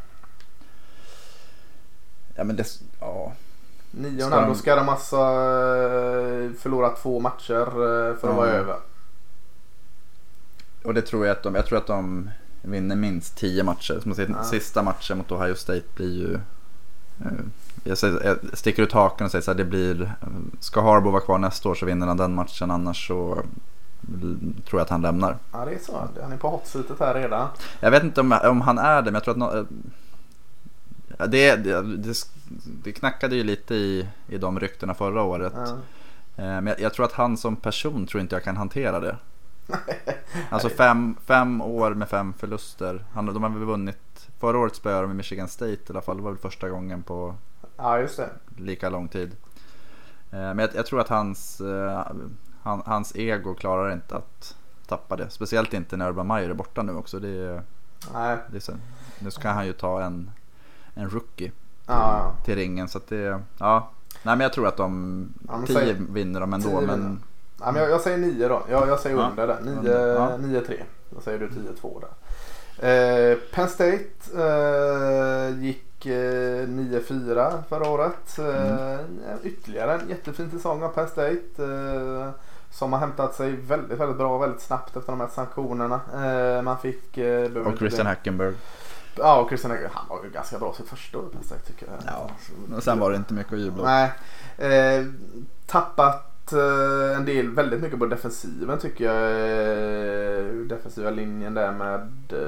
Ja men det, ja. Nio och en halv, då ska de alltså eh, förlora två matcher eh, för att ja. vara över. Och det tror jag att de, jag tror att de vinner minst tio matcher. Som säger, ja. Sista matchen mot Ohio State blir ju jag, säger, jag sticker ut haken och säger så här, det blir, ska Harbaugh vara kvar nästa år så vinner han den matchen, annars så tror jag att han lämnar. Ja, det är så. Han är på hotseatet här redan. Jag vet inte om, om han är det, men jag tror att no, det, det, det, det knackade ju lite i, i de ryktena förra året. Ja. Men jag, jag tror att han som person tror inte jag kan hantera det. Alltså fem, fem år med fem förluster. Han, de har väl vunnit förra året, spöade de i Michigan State i alla fall. Det var väl första gången på ja, just det. Lika lång tid. Men jag, jag tror att hans han, hans ego klarar inte att tappa det. Speciellt inte när Urban Meyer är borta nu också. Det är, nej. Det är så, nu ska han ju ta en, en rookie ja. till ringen. Så att det, ja. Nej, men jag tror att de ja, tio säger, vinner de ändå. Men ja, men jag, jag säger nio då. Jag, jag säger ja. under där. nio tre. Då säger du tio två där. Eh, Penn State eh, gick eh, nio fyra förra året. Eh, mm. Ytterligare en jättefin säsong av Penn State. Eh, som har hämtat sig väldigt, väldigt bra, väldigt snabbt efter de här sanktionerna. Eh, man fick... Eh, och Christian Hackenberg. Ja, och Christian Hackenberg, han var ju ganska bra sitt första år Penn State tycker jag. Ja, och sen var det inte mycket att jubla. Nej. Eh, tappat en del, väldigt mycket på defensiven tycker jag. Defensiva linjen där med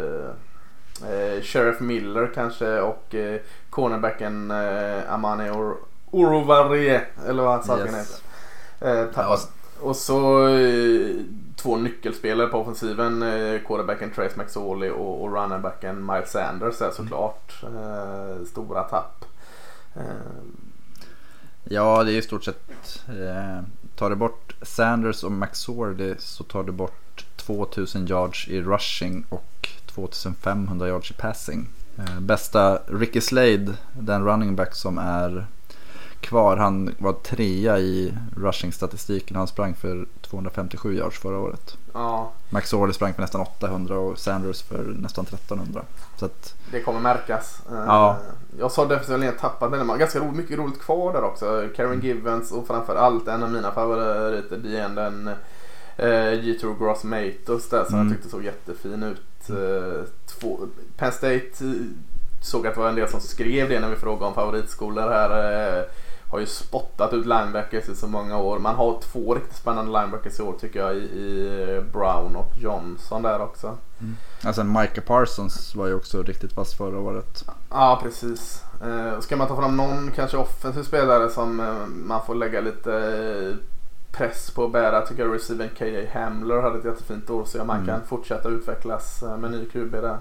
eh, Sheriff Miller kanske och eh, cornerbacken eh, Amane Or- Oruwariye eller vad han yes. heter. Eh, ja. Och så eh, två nyckelspelare på offensiven, eh, quarterbacken Trace McSorley och, och runnerbacken Miles Sanders är såklart eh, stora tapp. Eh, Ja, det är i stort sett eh, tar du bort Sanders och McSorley så tar du bort tvåtusen yards i rushing och tvåtusenfemhundra yards i passing. Eh, bästa Ricky Slade, den running back som är kvar, han var trea i rushing-statistiken. Han sprang för tvåhundrafemtiosju yards förra året. Ja. McSorley sprang för nästan åttahundra och Sanders för nästan trettonhundra. Så att, det kommer märkas. Ja. Jag sa definitivt tappat den. Man ganska roligt, mycket roligt kvar där också. Karen mm. Givens och framförallt en av mina favoriter, igen den uh, G två Gross Matos där som mm. jag tyckte såg jättefin ut. Uh, två, Penn State uh, såg att det var en del som skrev det när vi frågade om favoritskolor här. Uh, har ju spottat ut linebackers i så många år. Man har två riktigt spännande linebackers i år tycker jag, i, i Brown och Johnson där också. Mm. Alltså Micah Parsons var ju också riktigt fast förra året. Ja, precis. Eh, ska man ta fram någon kanske offensiv spelare som eh, man får lägga lite eh, press på att bära, tycker jag receiver K J Hamler hade ett jättefint år, så man mm. kan fortsätta utvecklas eh, med ny Q B där.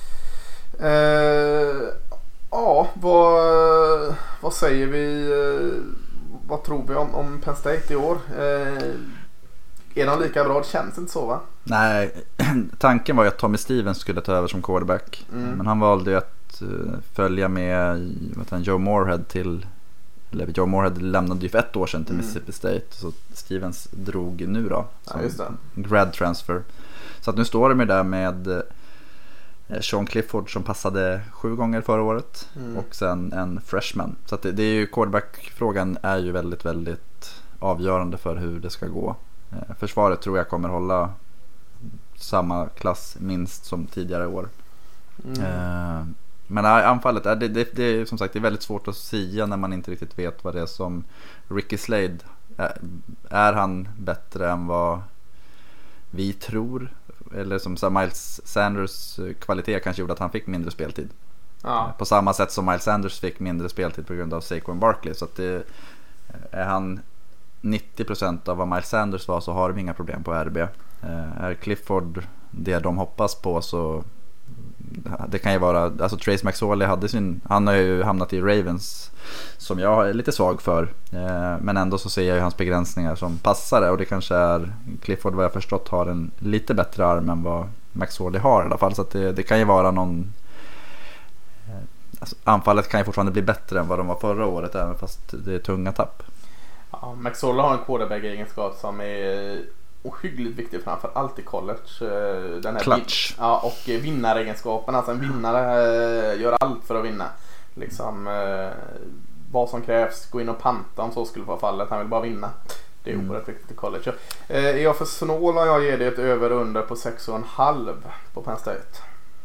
Eh, Ja, vad, vad säger vi, vad tror vi om, om Penn State i år? Eh, är de lika bra? Det känns inte så, va? Nej, tanken var ju att Tommy Stevens skulle ta över som quarterback. Mm. Men han valde ju att uh, följa med vet han, Joe Moorhead till... Eller Joe Moorhead lämnade ju för ett år sedan till mm. Mississippi State. Så Stevens drog nu då. Som ja, just det. Grad transfer. Så att nu står de ju där med eh, Sean Clifford som passade sju gånger förra året. Mm. Och sen en freshman. Så att det, det är ju quarterback-frågan är ju väldigt, väldigt avgörande för hur det ska gå. Eh, försvaret tror jag kommer hålla samma klass minst som tidigare år. Mm. Eh, Men anfallet är det, det, det är som sagt det är väldigt svårt att säga när man inte riktigt vet vad det är som Ricky Slade är, är han bättre än vad vi tror, eller som så Miles Sanders kvalitet kanske gjorde att han fick mindre speltid. Ja. På samma sätt som Miles Sanders fick mindre speltid på grund av Saquon Barkley, så att det, är han nittio procent av vad Miles Sanders var så har de inga problem på R B. Är Clifford det de hoppas på, så det kan ju vara, alltså Trace McSorley hade sin, han har ju hamnat i Ravens som jag är lite svag för, eh, men ändå så ser jag ju hans begränsningar som passare, och det kanske är Clifford, vad jag förstått, har en lite bättre arm än vad McSorley har i alla fall, så att det, det kan ju vara någon eh, alltså, anfallet kan ju fortfarande bli bättre än vad de var förra året, även fast det är tunga tapp. Ja, McSorley har en quarterback-egenskap som är ohyggligt viktig, framför allt i college. Den här Clutch. Ja, och vinnaregenskapen. Alltså en vinnare gör allt för att vinna. Liksom vad som krävs, gå in och panta om så skulle vara fallet. Han vill bara vinna. Det är mm. oerhört viktigt i college. Är jag för snål om jag ger det ett över och under på sex och en halv på Penn State?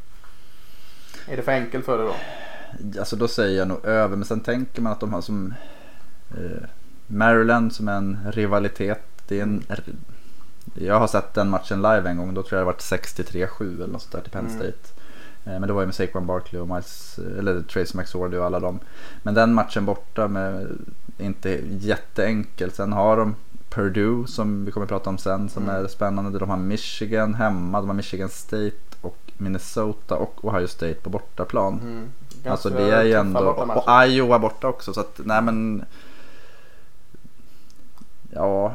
Är det för enkelt för det då? Alltså då säger jag nog över, men sen tänker man att de har som eh, Maryland som en rivalitet. Det är en Jag har sett den matchen live en gång. Då tror jag det varit sextiotre sju eller något där till Penn State. Mm. Men det var ju med Saquon Barkley och Miles, eller Trace McSorley och alla dem. Men den matchen borta med inte jätteenkelt. Sen har de Purdue som vi kommer att prata om sen, som mm. är spännande. De har Michigan hemma, de har Michigan State och Minnesota och Ohio State på bortaplan. Mm. Alltså det är ju ändå, och Iowa borta också, så att nej men ja.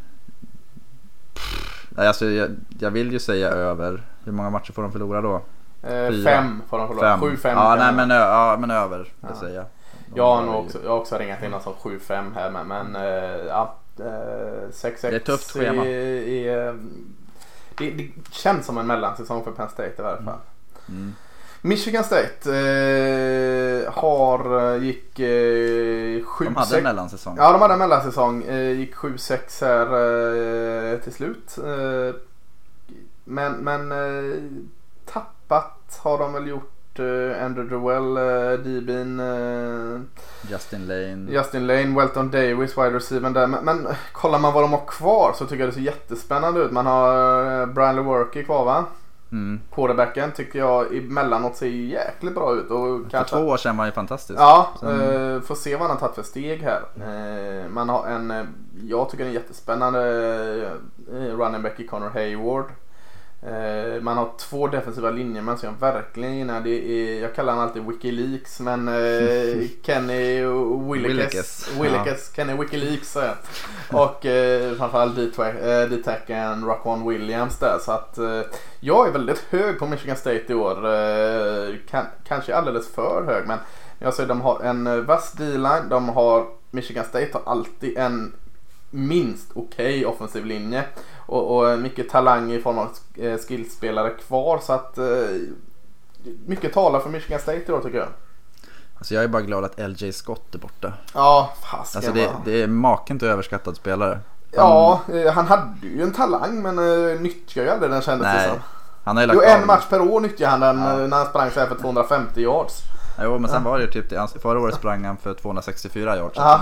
Alltså jag, jag vill ju säga över. Hur många matcher får de förlora då? Eh, fem får de förlora. sju fem. Ja, nej, men, ja, men över, det ja. säger jag. De jag har nog också, jag har också ringat in alltså sju fem här med, men äh, ja, sex sex. Det är ett tufft schema. I, i, det, det känns som en mellansäsong för Penn State i varje fall. Mm. Mm. Michigan State eh, har gick eh, sju sex. De hade en mellansäsong. Ja, de hade en mellansäsong. Eh, gick sju sex här eh, till slut. Eh, men men eh, tappat har de väl gjort eh, Andrew Dewell, eh, D-Bin, eh, Justin Lane. Justin Lane, Welton Davis, wide receiver där. Men, men kollar man vad de har kvar så tycker jag det ser jättespännande ut. Man har eh, Brian Lewerke kvar, va? Mm. Quarterbacken tycker jag emellanåt ser jäkligt bra ut, och för kanske... två år sedan var han ju fantastisk. Ja, eh, får se vad han har tagit för steg här. eh, Man har en, jag tycker en jättespännande eh, running back i Connor Hayward. eh, Man har två defensiva linjer som jag verkligen gillar. Det är, jag kallar han alltid WikiLeaks, men eh, Kenny Willekes Willekes, Kenny WikiLeaks eh. Och eh, framförallt D-tacken Raquan Williams där. Så att eh, jag är väldigt hög på Michigan State i år. eh, kan, Kanske alldeles för hög, men jag säger de har en vass D-line. De har, Michigan State har alltid en minst okej okay offensiv linje, och, och mycket talang i form av eh, skillspelare kvar, så att eh, mycket talar för Michigan State då, tycker jag. Alltså jag är bara glad att L J Scott är borta. Ja, fast alltså det, det är maken till överskattad spelare. Han, ja, eh, han hade ju en talang, men eh, nyttjar ju aldrig den, kändes nej, det som. Han har ju lagt jo, en match per år nyttjar han den, ja. När han sprang sig för tvåhundrafemtio yards. Jo, men sen ja. var det ju typ, förra året sprang han för tvåhundrasextiofyra yards. Ja.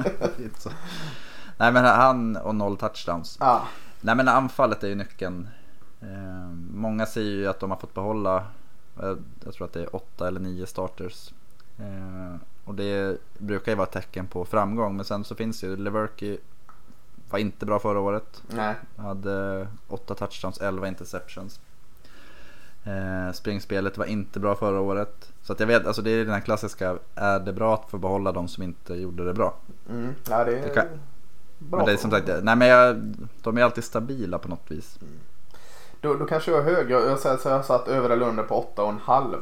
Nej, men han och noll touchdowns. Ja. Nej, men anfallet är ju nyckeln. Eh, många säger ju att de har fått behålla, jag, jag tror att det är åtta eller nio starters. Eh, och det brukar ju vara ett tecken på framgång. Men sen så finns ju Lewerke, var inte bra förra året. Nej. Hade åtta touchdowns, elva interceptions. Eh, springspelet var inte bra förra året. Så att jag vet, alltså det är den här klassiska, är det bra att få behålla de som inte gjorde det bra? Mm. Ja, det är... det kan, Bra. Men det är som sagt, nej men jag, de är alltid stabila på något vis. Mm. Då, då kanske jag är hög. Jag, jag, jag, jag har satt över eller under på åtta och en halv.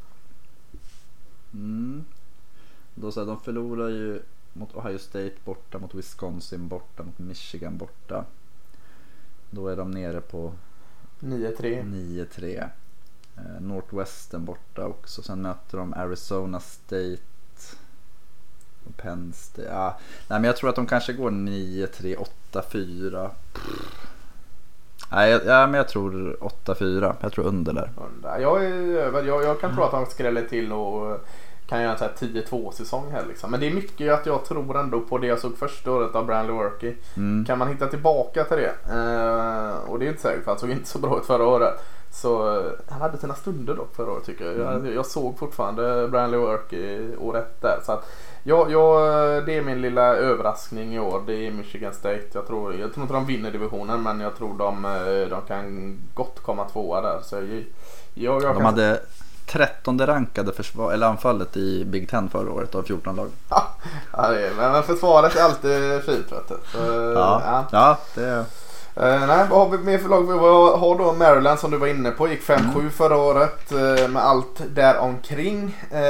Mm. Då så här, de förlorar ju mot Ohio State borta, mot Wisconsin borta, mot Michigan borta. Då är de nere på nio tre. nio tre. Eh, Northwestern borta också. Sen möter de Arizona State och Penn State. Ja, nej men jag tror att de kanske går nio tre, åtta fyra. Nej, jag, ja, men jag tror åtta fyra. Jag tror under där. Jag, är, jag, jag kan tro att de skräller till och kan göra en sån här tio två säsong här liksom. Men det är mycket att jag tror ändå på det jag såg första året av Brian Lewerke. Mm. Kan man hitta tillbaka till det? Uh, och det är inte säkert, för han såg inte så bra ut förra året. Så uh, han hade sina stunder dock förra året tycker jag. Mm. jag. Jag såg fortfarande Brian Lewerke året där. Så att ja, ja, det är min lilla överraskning i år. Det är Michigan State. Jag tror, jag tror inte de vinner divisionen, men jag tror de, de kan gott komma tvåa där. Så jag, jag, jag de kan... hade trettonde rankade försvar, eller anfallet i Big Ten förra året av fjorton lag. Ja, det är, men försvaret är alltid fint vet du. Så, ja, ja. ja, det är... Uh, nej, vad har vi mer för lag? Vi har då Maryland som du var inne på. Gick fem sju mm. förra året uh, med allt där omkring.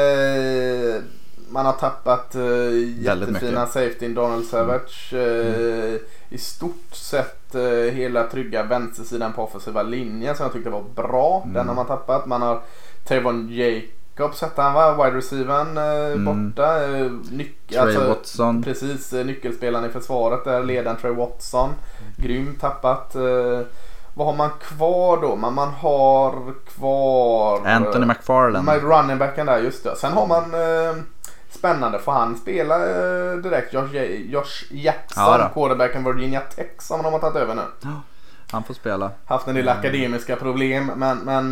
Uh, man har tappat uh, jättefina safety in Donald Savage. Uh, mm. I stort sett uh, hela trygga vänstersidan på offensiva linjen som jag tyckte var bra. Mm. Den har man tappat. Man har Tavon Jacobs hette han va? Wide receivern uh, mm. borta. Uh, nyc- Trey alltså, Watson. Precis, uh, nyckelspelaren i försvaret där. Ledaren Trey Watson. Grymt tappat. Uh, vad har man kvar då? Man, man har kvar Anthony McFarland. Running backen där, just det. Sen har man uh, spännande för han spela uh, direkt Josh, Josh Jackson, ja, quarterbacken Virginia Tech som de har tagit över nu. Ja, han får spela. Haft en del mm. akademiska problem, men, men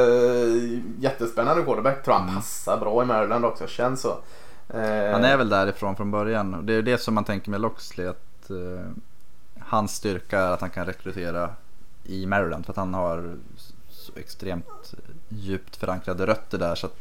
uh, jättespännande quarterback. Tror han mm. passar bra i Maryland också, känns så. Uh, han är väl därifrån från början. Det är det som man tänker med Loxley, att uh, hans styrka är att han kan rekrytera i Maryland, för att han har så extremt djupt förankrade rötter där, så att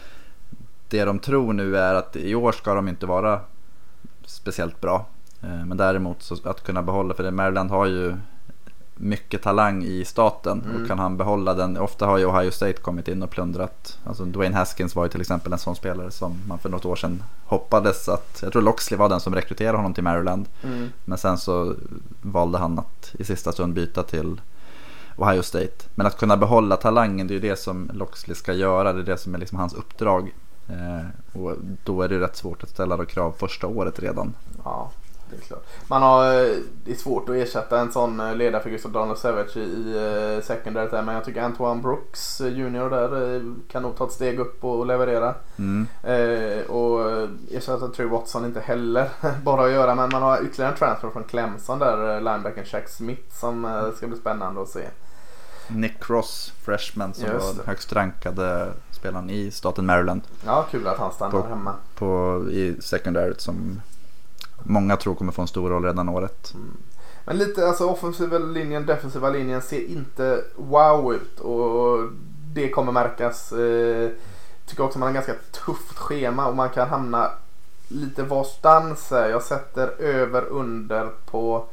det de tror nu är att i år ska de inte vara speciellt bra, men däremot så att kunna behålla, för det Maryland har ju mycket talang i staten mm. och kan han behålla den. Ofta har ju Ohio State kommit in och plundrat. Alltså Dwayne Haskins var ju till exempel en sån spelare som man för något år sedan hoppades att, jag tror Loxley var den som rekryterade honom till Maryland mm. men sen så valde han att i sista stund byta till Ohio State. Men att kunna behålla talangen, det är ju det som Loxley ska göra, det är det som är liksom hans uppdrag, eh, och då är det rätt svårt att ställa då krav första året redan. Ja, det är klart. Man har, det är svårt att ersätta en sån ledarfigur som Donald Savage i, i secondary där, men jag tycker Antoine Brooks junior där kan nog ta ett steg upp och leverera. Mm. Eh, och ersätta Trey Watson inte heller bara att göra, men man har ytterligare en transfer från Clemson där, linebacken Shaq Smith, som eh, ska bli spännande att se. Nick Cross, freshman, som var den högst rankade spelaren i staten Maryland. Ja, kul att han stannar på, hemma. På, i secondary som många tror kommer få en stor roll redan året. Mm. Men lite, alltså offensiva linjen, defensiva linjen ser inte wow ut, och det kommer märkas. Eh, tycker också man har en ganska tufft schema och man kan hamna lite varstans. Jag sätter över under på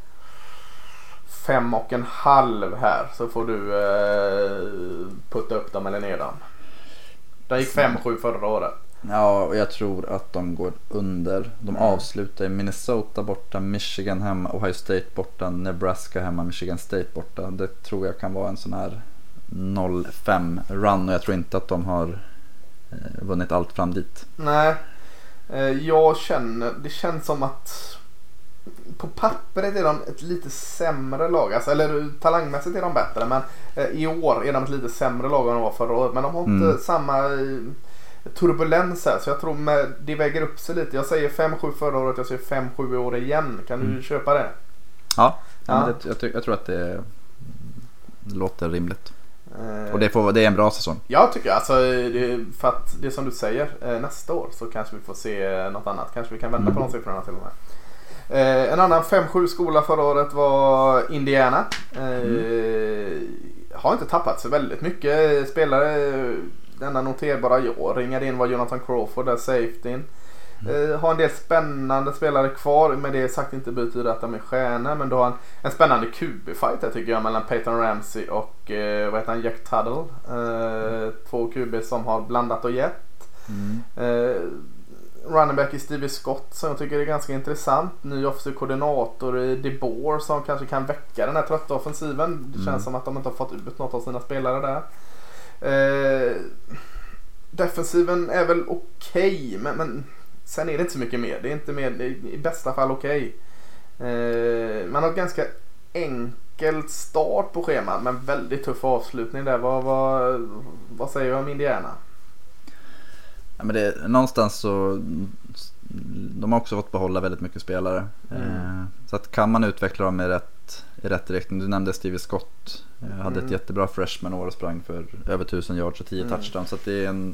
fem och en halv här, så får du eh, putta upp dem eller ner dem. De gick fem sju förra året. Ja, och jag tror att de går under. De mm. avslutar i Minnesota borta, Michigan hemma, Ohio State borta, Nebraska hemma, Michigan State borta. Det tror jag kan vara en sån här noll fem run, och jag tror inte att de har eh, vunnit allt fram dit. Nej, eh, jag känner, det känns som att på pappret är de ett lite sämre lag, alltså, eller talangmässigt är de bättre, men eh, i år är de ett lite sämre lag än de var förra året, men de har inte mm. samma eh, turbulens här, så jag tror med, det väger upp sig lite. Jag säger fem sju förra året, jag säger fem sju i år igen. Kan mm. du köpa det? Ja, ja. Men det, jag, ty- jag tror att det, det låter rimligt. Eh, och det, får, det är en bra säsong. Jag tycker alltså, det, för att det som du säger, nästa år så kanske vi får se något annat. Kanske vi kan vända mm. på de siffrorna till och med. Eh, en annan fem sju skola förra året var Indiana. Eh, mm. Har inte tappat så väldigt mycket spelare. Den enda noterbara jag ringade in var Jonathan Crawford där, safetyn. Eh, har en del spännande spelare kvar. Men det är sagt inte betyder att de är stjärnor. Men du har en, en spännande Q B-fight här tycker jag. Mellan Peyton Ramsey och eh, vad heter han, Jack Tuttle. Eh, två Q B som har blandat och gett. Mm. Eh, running back i Stevie Scott som jag tycker är ganska intressant. Ny offensiv koordinator i DeBoer som kanske kan väcka den här trötta offensiven. Det känns mm. som att de inte har fått ut något av sina spelare där. Eh, defensiven är väl okej okay, men, men sen är det inte så mycket mer. Det är inte mer, det är i bästa fall okej. Okay. Eh, man har ett ganska enkelt start på schemat men väldigt tuff avslutning där. Vad, vad, vad säger du om Indiana? Ja, men det, någonstans så de har också fått behålla väldigt mycket spelare. Mm. Eh, så att kan man utveckla dem i rätt, i rätt riktning. Du nämnde Stevie Scott. Eh, hade mm. ett jättebra freshman år och sprang för över tusen yards och tio mm. touchdowns. Så att det är en,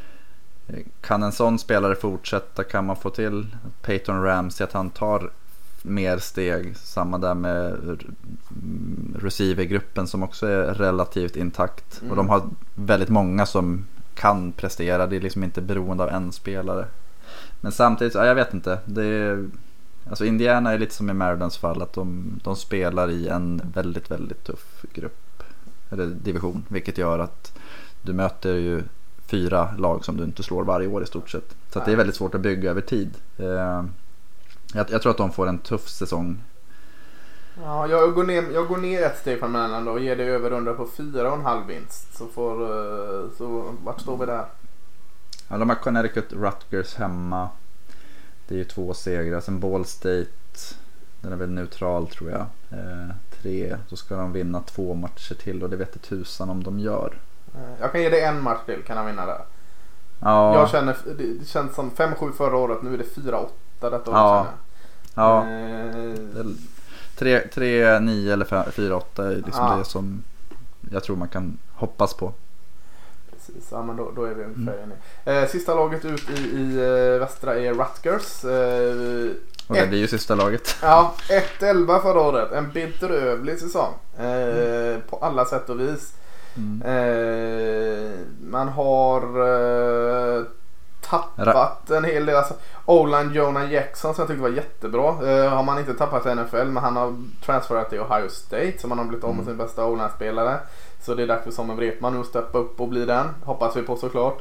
kan en sån spelare fortsätta, kan man få till Peyton Ramsey att han tar mer steg. Samma där med receivergruppen som också är relativt intakt. Mm. Och de har väldigt många som kan prestera, det är liksom inte beroende av en spelare. Men samtidigt, ja, jag vet inte, det är, alltså Indiana är lite som i Marylands fall att de, de spelar i en väldigt väldigt tuff grupp eller division, vilket gör att du möter ju fyra lag som du inte slår varje år i stort sett, så att det är väldigt svårt att bygga över tid. eh, jag, jag tror att de får en tuff säsong. Ja, jag går ner, jag går ner ett steg från mellan och ger det över under på fyra och en halv vinst. Så får, så vart står vi där? Ja, de har Connecticut Rutgers hemma. Det är ju två segrar. Sen Ball State, den är väl neutral tror jag. Eh, tre, så ska de vinna två matcher till och det vet inte tusan om de gör. Jag kan ge dig en match till, kan han vinna där. Ja. Jag känner, det känns som fem sju förra året, nu är det fyra åtta detta året. Ja. Ja. Eh, tre nio eller fyra åtta är liksom ja. det som jag tror man kan hoppas på. Precis, ja, men då, då är vi ungefär mm. eh, Sista laget ut i, i uh, västra är Rutgers. eh, Och det blir ju sista laget. Ja, ett elva förra året. En bedrövlig säsong eh, mm. på alla sätt och vis. mm. eh, Man har eh, tappat en hel del, alltså, Olan Jonah Jackson som jag tyckte var jättebra, uh, har man inte tappat i N F L, men han har transferat till Ohio State som han har blivit om med sin bästa Olan-spelare, så det är dags för Samuel Wretman nu att steppa upp och bli den, hoppas vi på såklart.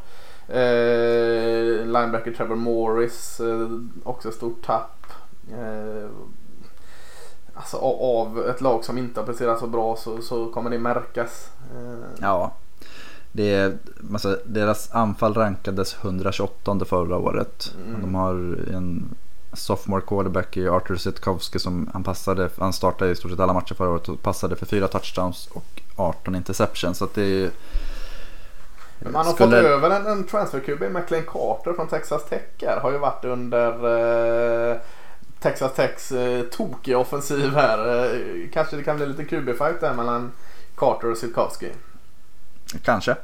uh, Linebacker Trevor Morris, uh, också stort tapp. uh, Alltså av ett lag som inte har presterat så bra så, så kommer det märkas. uh. Ja. Det är, alltså, deras anfall rankades etthundratjugoåtta förra året. Mm. De har en sophomore quarterback i Arthur Sitkowski som han passade, han startade i stort sett alla matcher förra året och passade för fyra touchdowns och arton interceptions. Så att det är, man har skulle... fått över en, en transfer-Q B, McLean Carter från Texas Tech här, har ju varit under eh, Texas Techs eh, tokiga offensiv här. Eh, kanske det kan bli lite Q B-fight där mellan Carter och Sitkowski. Kanske.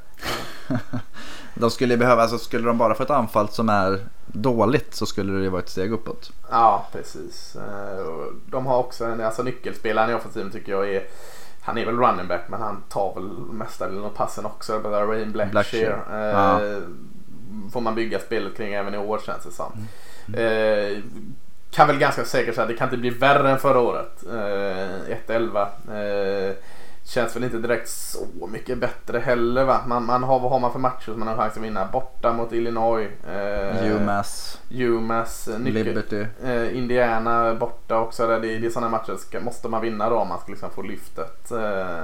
De skulle behöva, alltså skulle de bara få ett anfall som är dåligt så skulle det vara ett steg uppåt. Ja, precis. De har också en, alltså nyckelspelaren i offensiven tycker jag är, han är väl running back men han tar väl mestadels av passen också. Raheem Blackshear. Blackshear. Ja. Får man bygga spelet kring även i år, känns det som. Mm. Eh, kan väl ganska säkert säga att det kan inte bli värre än förra året. Eh, ett elva. Eh, Känns väl inte direkt så mycket bättre heller, va? Man, man har, vad har man för matcher som man har chans att vinna? Borta mot Illinois, eh, UMass, UMass nyckel, Liberty, eh, Indiana borta också. Där det, det är sådana matcher ska, måste man vinna då om man ska liksom få lyftet. Eh,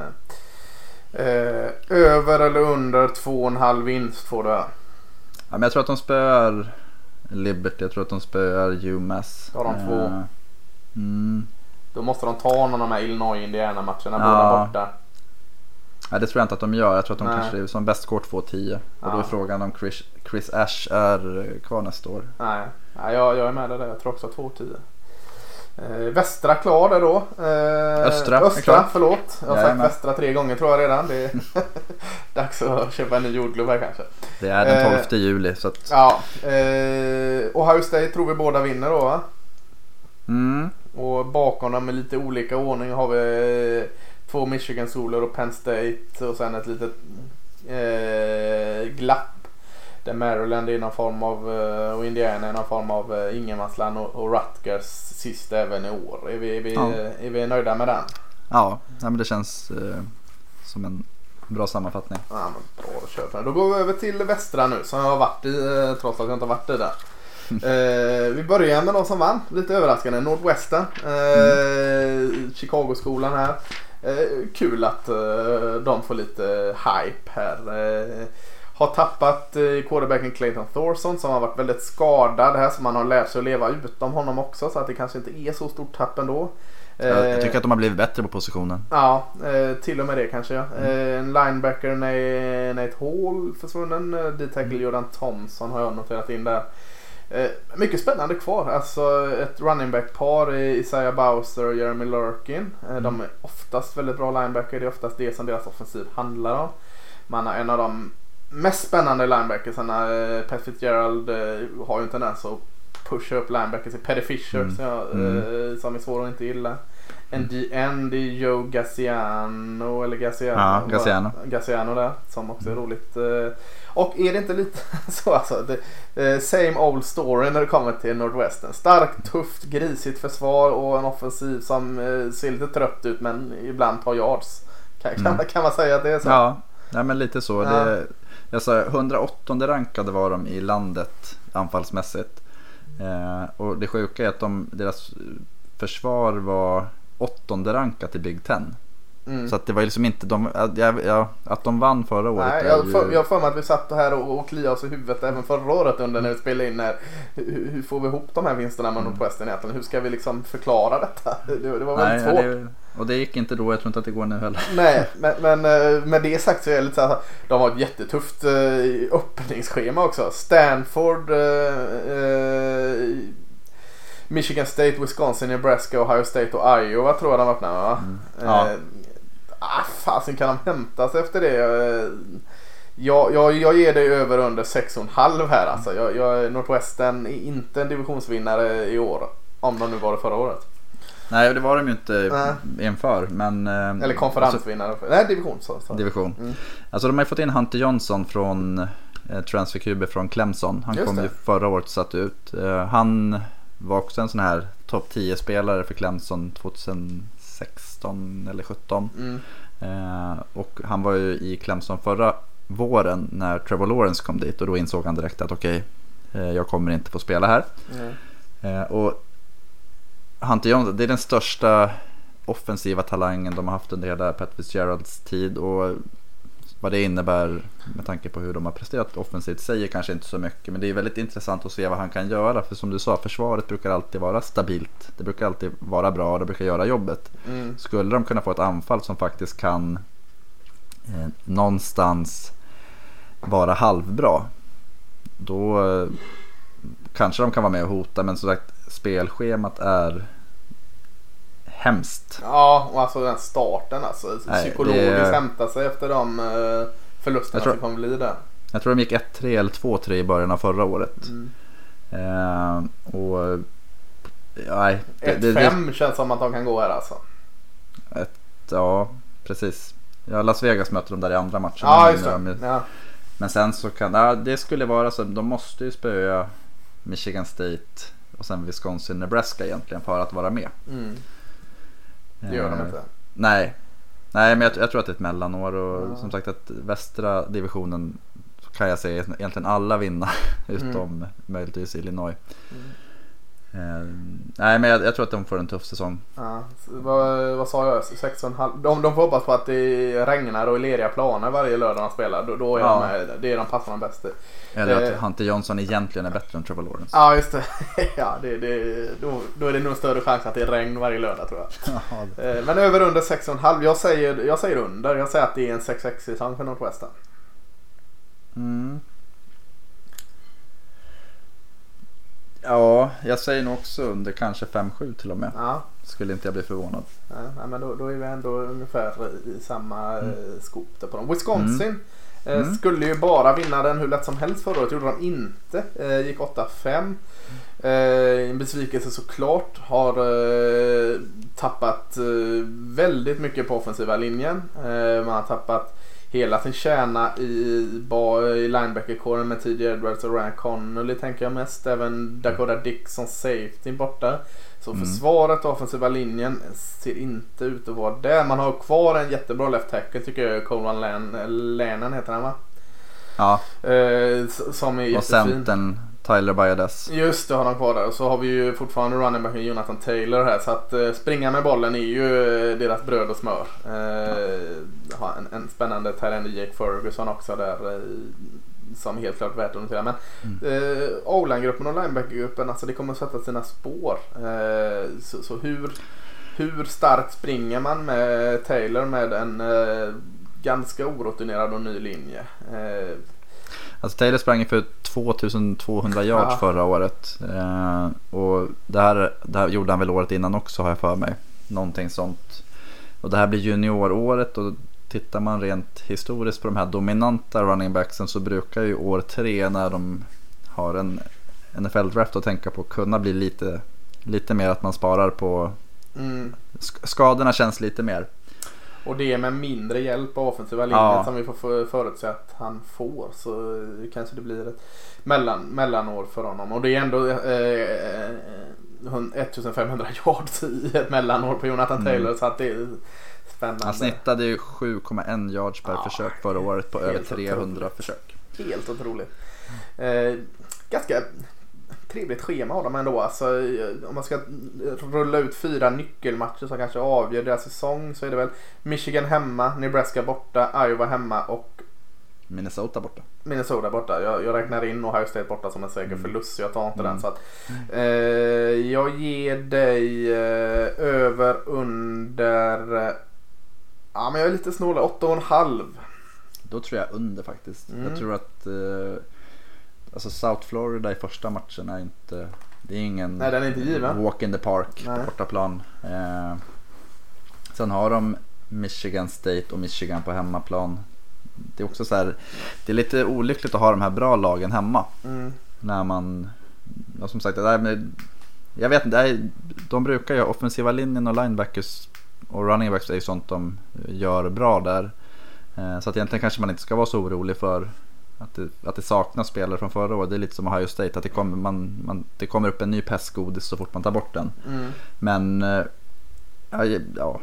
eh, över eller under två och en halv vinst får du. Ja, men jag tror att de spöar Liberty, jag tror att de spöar UMass. Har de eh, två? Mm. Då måste de ta någon av de här Illinois-Indiana-matcherna, ja. Båda borta. Nej, det tror jag inte att de gör. Jag tror att de Nej. kanske är som bäst går två tio. Ja. Och då är frågan om Chris, Chris Ash är kvar nästa år. Nej, Nej jag, jag är med där. Jag tror också två tio. Eh, västra klar där då. Eh, Östra, Östra förlåt. Jag har sagt västra tre gånger tror jag redan. Det är dags att köpa en ny jordglob här kanske. Det är den tolfte eh, juli. Så att... Ja. Eh, Ohio State tror vi båda vinner då, va? Mm. Och bakom dem med lite olika ordning har vi två Michigan-soler och Penn State och sen ett litet eh, glapp där Maryland är någon form av och Indiana är någon form av ingenmansland och, och Rutgers sist även i år. Är vi, är vi, ja. är vi nöjda med den? Ja, men det känns eh, som en bra sammanfattning. Ja, men bra, då kör vi. Då går vi över till västra nu som jag har varit i, trots att jag inte har varit i där. eh, vi börjar med de som vann, lite överraskande, Northwestern, eh, mm. Chicago-skolan här. Eh, kul att eh, de får lite hype här. Eh, har tappat eh, quarterbacken Clayton Thorson som har varit väldigt skadad här, så man har lärt sig att leva utom honom också, så att det kanske inte är så stort tapp ändå. Jag, jag tycker att de har blivit bättre på positionen. Ja, eh, till och med det kanske. Mm. Eh, en linebacker, Nate Hall försvunnen. D-tackle Jordan Thompson har jag noterat in där. Eh, mycket spännande kvar. Alltså ett running back par i Isaiah Bowser och Jeremy Larkin. Eh, mm. De är oftast väldigt bra linebacker. Det är oftast det som deras offensiv handlar om. Man har en av de mest spännande linebackersarna. Eh, Pat Fitzgerald eh, har ju en tendens att pusha upp linebackers i Petty Fisher mm. så jag, mm. eh, som är svår att inte gilla. En D N, det är Joe Gassiano eller Gassiano, ja, Gassiano. Gassiano där, som också är roligt. Och är det inte lite så alltså, det, same old story när det kommer till Northwestern. Starkt, tufft, grisigt försvar och en offensiv som ser lite trött ut men ibland tar yards. Kan, mm. kan man säga att det är så? Ja, nej, men lite så. Ja. Det, jag sa hundraåttonde rankade var de i landet anfallsmässigt. Eh, och det sjuka är att de, deras försvar var åttonde rankat i Big Ten. Mm. Så att det var liksom inte de, ja, ja, att de vann förra året. Nej, jag, ju... för, jag för mig att vi satt här och, och kliade oss i huvudet även förra året under när vi spelade in här. Hur, hur får vi ihop de här vinsterna med mm. Northwestern egentligen? Hur ska vi liksom förklara detta? Det, det var väldigt Nej, svårt. Ja, det, och det gick inte då, jag tror inte att det går nu heller. Nej, men, men med det sagt så är det lite så här, de har ett jättetufft uh, öppningsschema också. Stanford, uh, uh, Michigan State, Wisconsin, Nebraska, Ohio State och Iowa tror jag de öppnar, va? Mm. Ja. Uh, ah, fasen kan de hämtas efter det? Uh, jag, jag, jag ger dig över under sex komma fem här alltså. Jag, jag, Northwestern är inte en divisionsvinnare i år, om de nu var det förra året. Nej, det var de ju inte inför, men eller konferensvinnare. Alltså, nej, division så. så. Division. Mm. Alltså de har ju fått in Hunter Johnson från eh, transfer-Q B från Clemson. Han Just kom det. ju förra året satt ut. Eh, han var också en sån här topp tio spelare för Clemson tjugohundrasexton eller sjutton. Mm. Eh, och han var ju i Clemson förra våren när Trevor Lawrence kom dit, och då insåg han direkt att okej, okay, eh, jag kommer inte få spela här. Mm. Eh, och Hunter Johnson, det är den största offensiva talangen de har haft under hela Pat Fitzgeralds tid, och vad det innebär med tanke på hur de har presterat offensivt säger kanske inte så mycket, men det är väldigt intressant att se vad han kan göra, för som du sa, försvaret brukar alltid vara stabilt, det brukar alltid vara bra och det brukar göra jobbet. Mm. Skulle de kunna få ett anfall som faktiskt kan eh, någonstans vara halvbra, då eh, kanske de kan vara med och hota, men som sagt, spelschemat är hemskt. Ja, och alltså den starten alltså, Nej, psykologiskt det... hämta sig efter de förlusterna tror, som kommer bli där. Jag tror de gick ett tre eller två tre i början av förra året. Mm. Eh, och nej, ett fem känns som att de kan gå här alltså. Ett, ja, precis. Ja, Las Vegas möter de där i andra matchen. Ja, just det. Men, ja. men sen så kan ja, det skulle vara så, de måste ju spöa Michigan State och sen Wisconsin, Nebraska egentligen för att vara med. Mm. Det gör de inte. Nej, Nej men jag, jag tror att det är ett mellanår, och ja. som sagt att västra divisionen kan jag säga egentligen alla vinna utom mm. möjligtvis Illinois. Mm. Eh, nej, men jag, jag tror att de får en tuff säsong. Ja, vad, vad sa jag? sex komma fem De, de får hoppas på att det regnar och leriga planer varje lördag de spelar. Då, då är ja. de med, det är de passarna bäst. Eller det, att Hunter Johnson egentligen är bättre än Trevor Lawrence. Ja, just det. ja, det, det, då, då är det nog större chans att det är regn varje lördag, tror jag. Ja, det... Men över under sex komma fem Jag säger, jag säger under. Jag säger att det är en sex sex säsong för Northwestern. Mm. Ja, jag säger nog också under kanske fem sju till och med. Ja. Skulle inte jag bli förvånad. Ja, men då, då är vi ändå ungefär i samma mm. skop där på dem. Wisconsin mm. Eh, mm. skulle ju bara vinna den hur lätt som helst förra året. Gjorde de inte. Eh, gick åtta fem Eh, en besvikelse såklart. Har eh, tappat eh, väldigt mycket på offensiva linjen. Eh, man har tappat hela sin kärna i, i linebackerkåren med T J Edwards och Ryan Connolly tänker jag mest. Även Dakota Dixon safety borta. Så Mm. försvaret och offensiva linjen ser inte ut att vara där. Man har kvar en jättebra left tackle tycker jag. Coleman Lennon heter han va? Ja, Eh, s- som är och jättefin. centern Tyler Biadasz. Just det, har de kvar där. Och så har vi ju fortfarande running backen Jonathan Taylor här. Så att eh, springa med bollen är ju eh, deras bröd och smör. Eh, har en, en spännande talent Jake Ferguson också där. Eh, som är helt klart värt att notera. Men Mm. eh, O-line-gruppen och linebacker-gruppen, alltså det kommer att sätta sina spår. Eh, så, så hur, hur starkt springer man med Taylor med en eh, ganska orutinerad och ny linje? Eh, Alltså Taylor sprang för tvåtusentvåhundra yards Ja. förra året. Eh, och det här, det här gjorde han väl året innan också har jag för mig. Någonting sånt. Och det här blir junioråret och tittar man rent historiskt på de här dominanta running backsen så brukar ju år tre när de har en N F L-draft att tänka på kunna bli lite, lite mer att man sparar på mm. sk- skadorna känns lite mer. Och det med mindre hjälp av offensiva linjen Ja. som vi får för- förutse att han får, så kanske det blir ett mellan, mellanår för honom. Och det är ändå eh, femtonhundra yards i ett mellanår på Jonathan Mm. Taylor, så att det är spännande. Han snittade ju sju komma en yards per Ja, försök förra året på över helt trehundra otroligt. försök. Helt otroligt. Eh, ganska trevligt schema har de ändå. Alltså, om man ska rulla ut fyra nyckelmatcher som kanske avgör deras säsong, så är det väl Michigan hemma, Nebraska borta, Iowa hemma och Minnesota borta. Minnesota borta. Jag, jag räknar in Ohio State borta som en säker Mm. förlust, så jag tar inte Mm. den. Så att, eh, jag ger dig eh, över under eh, ja, men jag är lite snål, åtta och en halv. Då tror jag under faktiskt. Mm. Jag tror att eh, alltså South Florida i första matchen är inte, det är ingen Nej, den är inte given. walk in the park Nej. på bortaplan. Eh, sen har de Michigan State och Michigan på hemmaplan. Det är också så här, det är lite olyckligt att ha de här bra lagen hemma Mm. när man, ja, som sagt, det där med, jag vet inte, det är, de brukar ju offensiva linjen och linebackers och running backs är ju sånt de gör bra där. Eh, så att egentligen kanske man inte ska vara så orolig för att det, att det saknas spelare från förra året. Det är lite som Ohio State, att det kommer, man, man, det kommer upp en ny pestgodis så fort man tar bort den. Mm. Men eh, ja, ja,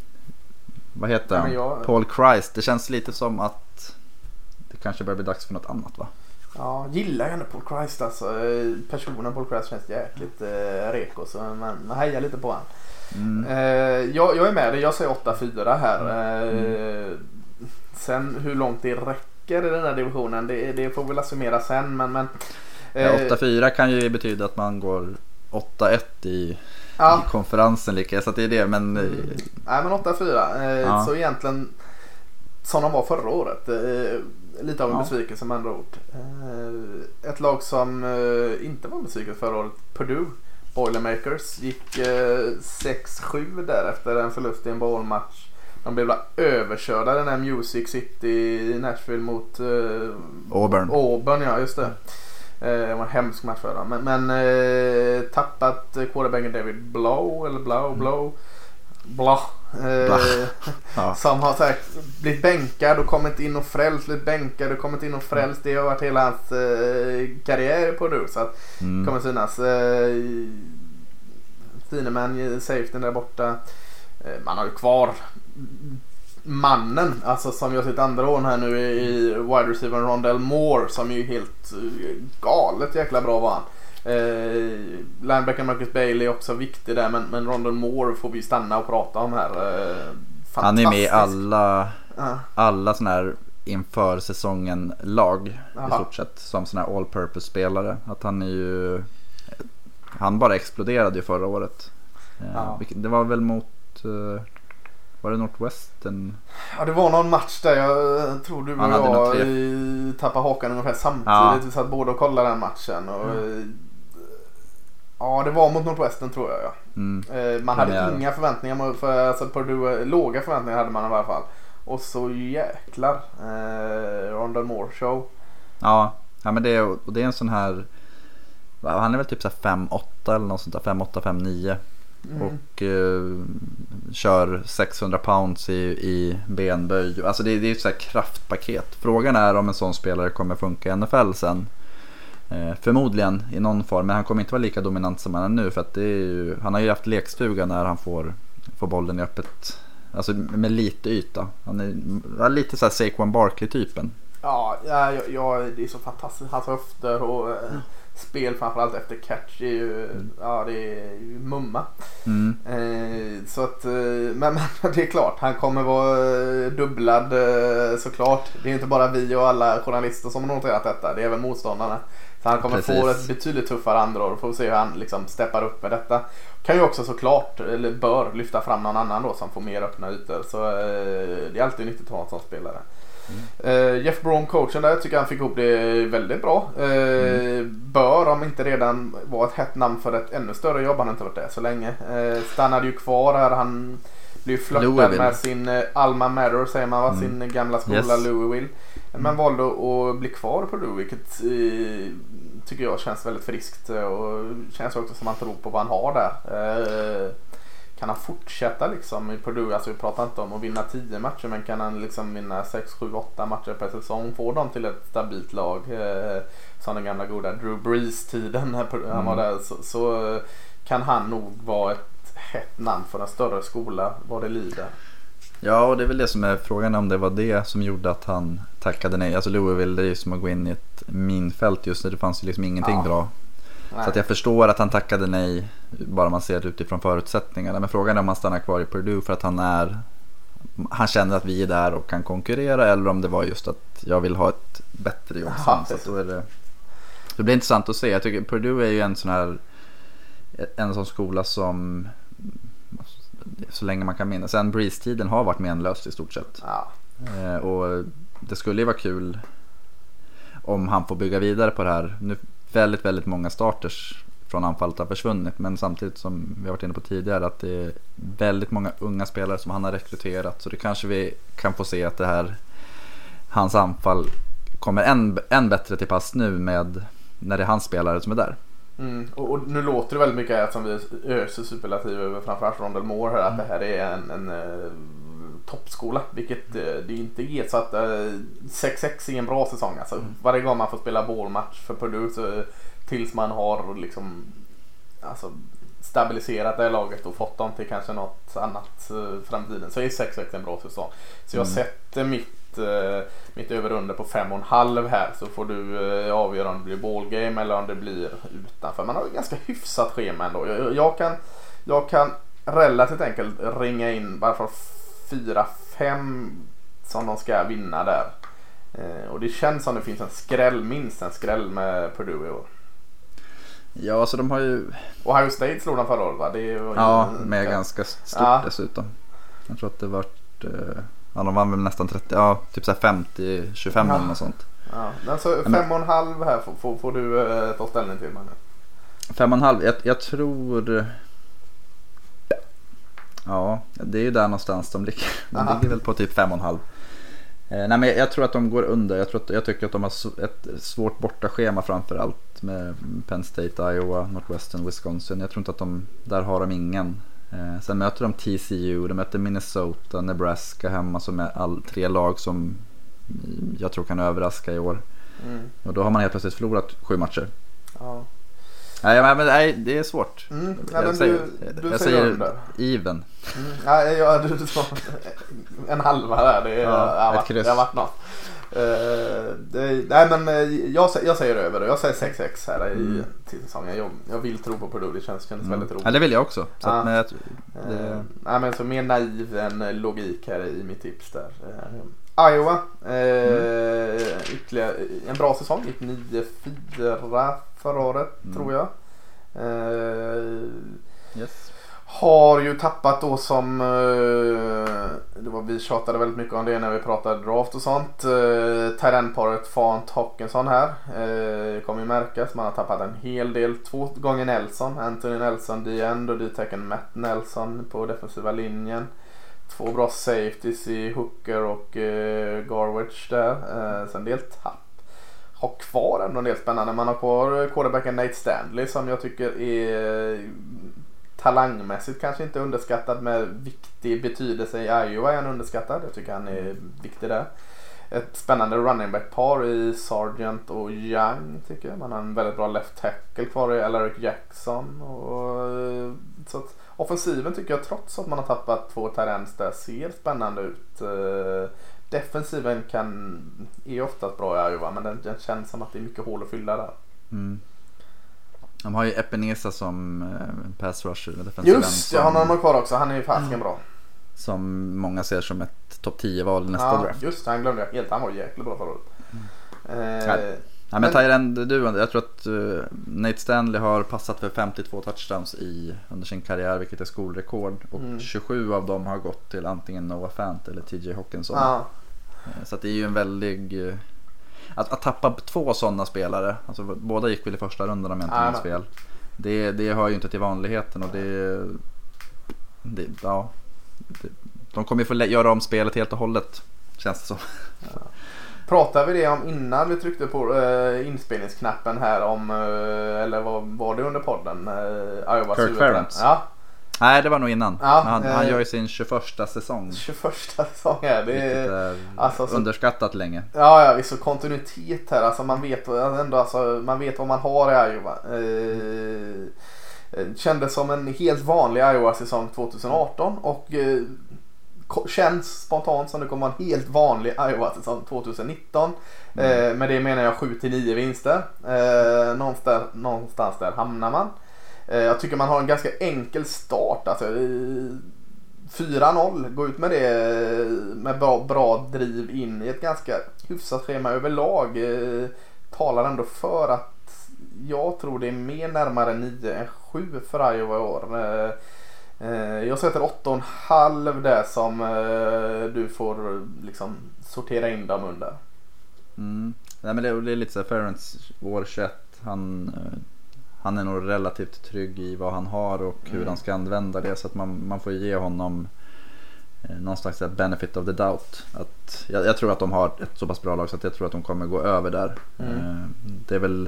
vad heter Ja, han? men jag- Paul Christ. Det känns lite som att det kanske börjar bli dags för något annat, va? Ja, gillar jag ändå Paul Christ alltså. Eh, Personen Paul Christ känns jäkligt eh, reko, så man, man hejar lite på han. Mm. Eh, jag, jag är med dig, jag säger åtta fyra här. Eh, Mm. Sen hur långt det räcker i den här divisionen, det, det får vi väl summera sen. Men, men, eh, Ja, åtta fyra kan ju betyda att man går åtta ett i, ja, i konferensen lika, så att det är det, men eh, nej, men åtta fyra. Eh, Ja. Så egentligen som de var förra året. Eh, lite av en Ja. besvikelse med andra ord. Eh, ett lag som eh, inte var besviket förra året, Purdue Boilermakers, gick eh, sex sju där efter en förlust i en bollmatch. De blev överkörda den här Music City i Nashville mot eh, Auburn. Auburn, ja just det. Eh, det var en hemsk match för dem. Men, men eh, tappat quarterbacken David Blow eller Blow Blow Blah. Eh, Blah. Ja. Som har sagt, blivit bänkad och kommit in och frälst, blivit bänkad och kommit in och frälst. Det har varit hela hans eh, karriär på nu, så att det Mm. kommer synas. Eh, Fineman, safety där borta. Eh, man har ju kvar mannen, alltså som gör sitt andra år här nu i wide receiver Rondell Moore, som är ju helt eh, galet jäkla bra var han. Eh, linebacker Marcus Bailey är också viktig där, men, men Rondell Moore får vi stanna och prata om här. Eh, Han är med i fantastisk. alla, Ja. alla såna här inför säsongen lag i Aha. stort sett som sån här all purpose spelare. Att han är ju, han bara exploderade ju förra året. Eh, Ja. vilket- Det var väl mot eh, var det Northwestern? Ja, det var någon match där jag tror du och Han hade nog jag tre. eh, tappade hakan ungefär samtidigt. Ja. Vi satt båda och kollade den matchen. Och, Mm. eh, ja, det var mot Northwestern tror jag. Ja. Mm. Eh, Man Premiär. hade inga förväntningar mot- för alltså, Purdue, låga förväntningar hade man i alla fall. Och så jäklar eh, Rondell Moore show. Ja, ja men det är, och det är en sån här han är väl typ så här fem åtta eller något sånt där, fem åtta fem nio. Mm. Och uh, kör sexhundra pounds i, i benböj. Alltså det, det är ett så här kraftpaket. Frågan är om en sån spelare kommer funka i N F L sen. uh, Förmodligen i någon form. Men han kommer inte vara lika dominant som han är nu. För att det är ju, han har ju haft lekstuga när han får, får bollen i öppet. Alltså med lite yta. Han är lite så här Saquon Barkley-typen. Ja, ja, ja, det är så fantastiskt. Hans höfter och eh, spel framförallt efter catch är ju, mm. ja, det är ju mumma. Mm. Eh, så att, men, men det är klart, han kommer vara dubblad såklart. Det är inte bara vi och alla journalister som har noterat detta, det är även motståndarna. Så han kommer Precis. få ett betydligt tuffare andra år. Får vi se hur han liksom steppar upp med detta. Kan ju också såklart, eller bör lyfta fram någon annan då som får mer öppna ytor. Så eh, det är alltid nyttigt att ha en sån spelare. Mm. Uh, Jeff Brom, coachen där, tycker han fick ihop det väldigt bra. Uh, mm. Bör, om inte redan var ett hett namn för ett ännu större jobb, han har inte varit där så länge. Uh, stannade ju kvar här, han blev flörtad med sin uh, Alma Mater, säger man, va? Mm. Sin gamla skola, yes. Louisville. Men mm. valde att bli kvar på Purdue, vilket uh, tycker jag känns väldigt friskt. Och känns också som man tror på vad han har där. Uh, Kan han fortsätta liksom i Purdue? Alltså vi pratar inte om att vinna tio matcher, men kan han liksom vinna sex, sju, åtta matcher per säsong? Få dem till ett stabilt lag. Eh, som den gamla goda Drew Brees-tiden när mm. han var där. Så, så kan han nog vara ett hett namn för en större skola vad det lider. Ja, och det är väl det som är frågan, om det var det som gjorde att han tackade nej. Alltså Louisville, det är ju som att gå in i ett minfält just nu. Det fanns ju liksom ingenting ja. bra. Nej. Så att jag förstår att han tackade nej, bara man ser det utifrån förutsättningarna. Men frågan är om han stannar kvar i Purdue för att han är han känner att vi är där och kan konkurrera, eller om det var just att jag vill ha ett bättre jobb. Ja, så att då är det, det blir intressant att se. Jag tycker Purdue är ju en sån här en sån skola som så länge man kan minnas, sen Breeze-tiden har varit menlöst i stort sett. Ja. eh, Och det skulle ju vara kul om han får bygga vidare på det här. Nu väldigt, väldigt många starters från anfallet har försvunnit, men samtidigt som vi har varit inne på tidigare att det är väldigt många unga spelare som han har rekryterat, så det kanske vi kan få se att det här hans anfall kommer än, än bättre till pass nu med när det är hans spelare som är där. Mm. Och, och nu låter det väldigt mycket som vi öser superlativ över framförallt Rondell Moore här, att det här är en, en, en toppskola, vilket det inte ger, så att uh, sex sex är en bra säsong alltså. Mm. Varje gång man får spela bollmatch för Purdue, så tills man har liksom alltså stabiliserat det laget och fått dem till kanske något annat uh, framtiden, så är sex sex en bra säsong. Så jag mm. sätter mitt uh, mitt över under på fem och en halv här, så får du uh, avgöra om det blir ballgame eller om det blir utanför. Man har ett ganska hyfsat schema ändå. Jag, jag kan jag kan relativt enkelt ringa in bara för fyra fem som de ska vinna där. Eh, och det känns som det finns en skräll, minst en skräll med Purdue i år. Ja, så alltså de har ju Ohio State slog de förra året, va? Det är ju ja, med kan... ganska stort ja. dessutom. Jag tror att det vart eh, ja, de vann väl nästan trettio, ja, typ så här femtio tjugofem ja. eller något sånt. Ja, men så fem och en halv här får, får, får du eh, ta ställning till, man. fem och en halv, jag, jag tror ja, det är ju där någonstans de ligger. De Aha. ligger väl på typ fem och en halv. Eh, nej, men jag, jag tror att de går under. Jag, tror att, jag tycker att de har ett svårt bortaschema framförallt med Penn State, Iowa, Northwestern, Wisconsin. Jag tror inte att de, där har de ingen. Eh, sen möter de T C U, de möter Minnesota, Nebraska hemma, som är all, tre lag som jag tror kan överraska i år. Mm. Och då har man helt plötsligt förlorat sju matcher. Ja. Nej, men nej, det är svårt. Mm. Ja, jag säger, du, du jag säger, säger under. Even. Mm. Ja, ja, du, du en halva där. Det, är, ja, ett kryss. Det har varit något. Uh, det, nej, men jag, jag säger över det. Jag säger sex sex här i mm. till säsongen. Jag, jag vill tro på Purdue. Det känns, känns mm. väldigt roligt. Ja, det vill jag också. Så ja. att, men jag, det... uh, nej, men så mer naiv än logik här i mitt tips där. Uh, Iowa. Uh, mm. Ytterligare en bra säsong. Gick nio fyra förra året, mm. tror jag. Uh, yes. Har ju tappat då som uh, det var, vi tjatade väldigt mycket om det när vi pratade draft och sånt. uh, Tyrant-paret Fant Hawkinson här uh, kommer ju märkas. Man har tappat en hel del. Två gånger Nelson, Anthony Nelson igen, och D-tacken Matt Nelson på defensiva linjen. Två bra safeties i Hooker och uh, Garwich där. uh, Sen del tapp. har kvar ändå en del spännande. Man har kvar quarterbacken Nate Stanley som jag tycker är talangmässigt kanske inte underskattad, med viktig betydelse i Iowa är han underskattad. Jag tycker han är viktig där. Ett spännande running back par i Sargent och Young tycker jag. Man har en väldigt bra left tackle kvar i Alaric Jackson. Och, så att offensiven tycker jag, trots att man har tappat två tight ends där, ser spännande ut. Defensiven kan, är oftast bra i Iowa, men den, den känns som att det är mycket hål att fylla där. Mm. De har ju Epinesa som eh, pass rusher. Just, jag har någon kvar också. Han är ju fasken bra. Som många ser som ett topp tio-val nästa ja, draft. Just, han glömde jag helt. Han var jäkligt bra förra året. Mm. Eh, Nej. Ja, men Tyrend, du, jag tror att uh, Nate Stanley har passat för femtiotvå touchdowns i, under sin karriär, vilket är skolrekord. Och mm. tjugosju av dem har gått till antingen Noah Fant eller T J Hawkinson. Ja. Så att det är ju en väldig... Uh, att, att tappa två sådana spelare, alltså båda gick väl i första rundan om jag inte minns fel. Det, det hör ju inte till vanligheten, och det... det ja, det, de kommer ju få göra om spelet helt och hållet, känns det så. Ja. Pratade vi det om innan vi tryckte på uh, inspelningsknappen här om, uh, eller var, var det under podden? Uh, Iowa Kirk Ferentz. Ja. Nej, det var nog innan. Ja, han, eh, han gör ju sin tjugoförsta säsong. tjugoförsta säsong, ja. Det är, är alltså, underskattat så, länge. Ja, ja, det är så kontinuitet här. Alltså, man, vet, ändå, alltså, man vet vad man har i Iowa. Eh, kändes som en helt vanlig Iowa-säsong tjugoarton och eh, känns spontant som det kommer vara en helt vanlig Iowa-säsong tjugonitton. Mm. Eh, med det menar jag sju till nio vinster. Eh, någonstans, någonstans där hamnar man. Eh, jag tycker man har en ganska enkel start. Alltså, eh, fyra noll, gå ut med det med bra, bra driv in i ett ganska hyfsat schema överlag. Eh, talar ändå för att jag tror det är mer närmare nio än sju för Iowa i år. Eh, Jag sätter åtta och en halv där som eh, du får liksom sortera in dem under. Mm. Nej, men det är lite så här, Ferentz år tjugoett, han, han är nog relativt trygg i vad han har och hur mm. han ska använda det, så att man, man får ge honom eh, någon slags benefit of the doubt. Att, jag, jag tror att de har ett så pass bra lag så att jag tror att de kommer gå över där. Mm. Eh, det är väl,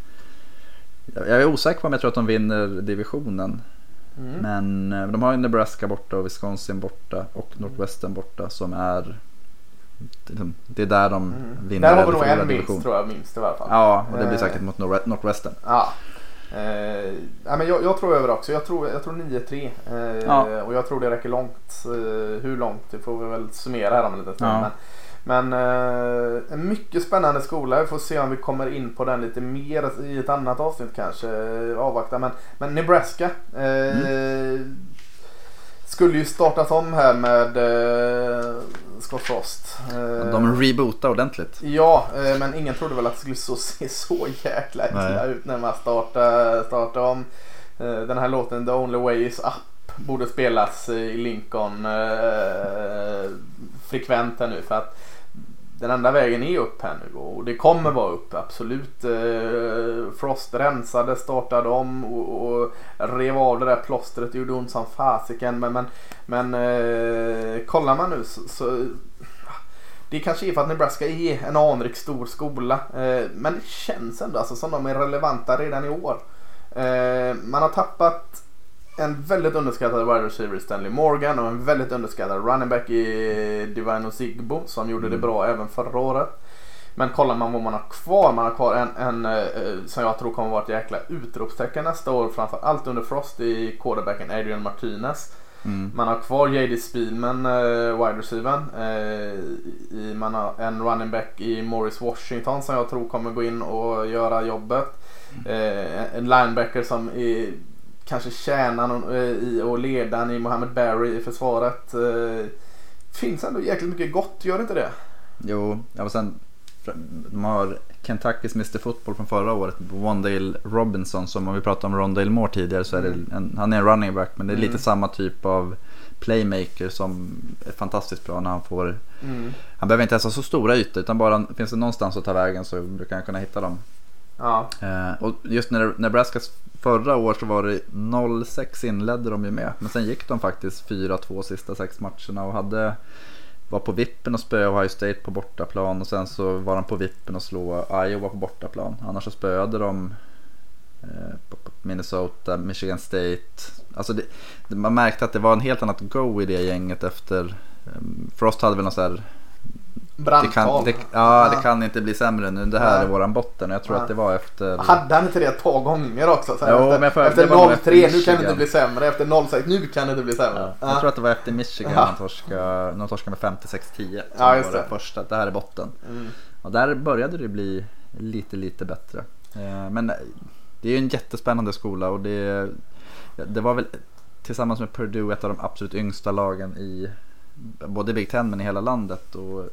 jag är osäker på om jag tror att de vinner divisionen. Mm. Men de har ju Nebraska borta och Wisconsin borta och Northwestern borta som är, det är där de mm. vinner. Där har vi nog en vinst, tror jag, minst i alla fall. Ja, och det blir säkert mot Northwestern. Ja. Eh, ja, men jag, jag tror över också. Jag tror, jag tror nio tre. Eh, ja. Och jag tror det räcker långt. Eh, hur långt? Det får vi väl summera här om en liten stund. Ja. Men, men eh, en mycket spännande skola. Vi får se om vi kommer in på den lite mer i ett annat avsnitt kanske. Avvakta. Men, men Nebraska eh, mm. skulle ju startas om här med eh, Scott Frost. Eh, De rebootar ordentligt. Ja, eh, men ingen trodde väl att det skulle så, se så jäkla illa ut när man startar, startar om. Eh, den här låten The Only Way Is Up borde spelas i Lincoln eh, frekvent här nu, för att den enda vägen är upp här nu och det kommer vara upp, absolut. Eh, Frost rensade, startade om och, och rev av det där plåstret, gjorde ont som fasiken, men, men, men eh, kollar man nu så, så det kanske är för att Nebraska är en anrik stor skola, eh, men det känns ändå alltså som de är relevanta redan i år. Eh, man har tappat en väldigt underskattad wide receiver i Stanley Morgan och en väldigt underskattad running back i Divine Osigbo som gjorde det bra även förra året. Men kollar man vad man har kvar, man har kvar en, en eh, som jag tror kommer vara ett jäkla utropstecken nästa år, framförallt under Frost, i quarterbacken Adrian Martinez. Mm. Man har kvar J D Spielman, eh, wide receiver. Eh, i, man har en running back i Morris Washington som jag tror kommer gå in och göra jobbet. Eh, en linebacker som är kanske tjänar någon, eh, i och ledan i Mohamed Barry i försvaret. Eh, finns ändå jäkligt mycket gott, gör det inte det? Jo, ja, och sen de har Kentuckys mister Football från förra året, Wandale Robinson, som om vi pratade om Rondale Moore tidigare så är mm. det en, han är en running back, men det är mm. lite samma typ av playmaker som är fantastiskt bra när han får mm. han behöver inte ens ha så stora ytor, utan bara finns det någonstans att ta vägen så brukar han kunna hitta dem. Ja. Eh, och just när Nebraskas förra år så var det noll sex inledde de ju med, men sen gick de faktiskt fyra två sista sex matcherna och hade var på vippen och spöade Ohio State på bortaplan och sen så var de på vippen och slå Iowa på bortaplan. Annars så spöade de eh, på Minnesota, Michigan State. Alltså det, det, man märkte att det var en helt annat go i det gänget efter eh, Frost hade väl någon så här det kan, det, ja, ja, det kan inte bli sämre nu. Det här Nej. är våran botten. Jag tror ja. att det var efter... Hade han inte det ett par gånger också? Så jo, efter för, efter noll tre, nu kan det inte bli sämre. Efter noll sex, nu kan det inte bli sämre. Ja. Jag tror att det var efter Michigan ja. de torskade, de torskade med femtiosex tio. Ja, just var det. det. Första. Det här är botten. Mm. Och där började det bli lite, lite bättre. Men det är ju en jättespännande skola och det, det var väl tillsammans med Purdue ett av de absolut yngsta lagen i både Big Ten men i hela landet. Och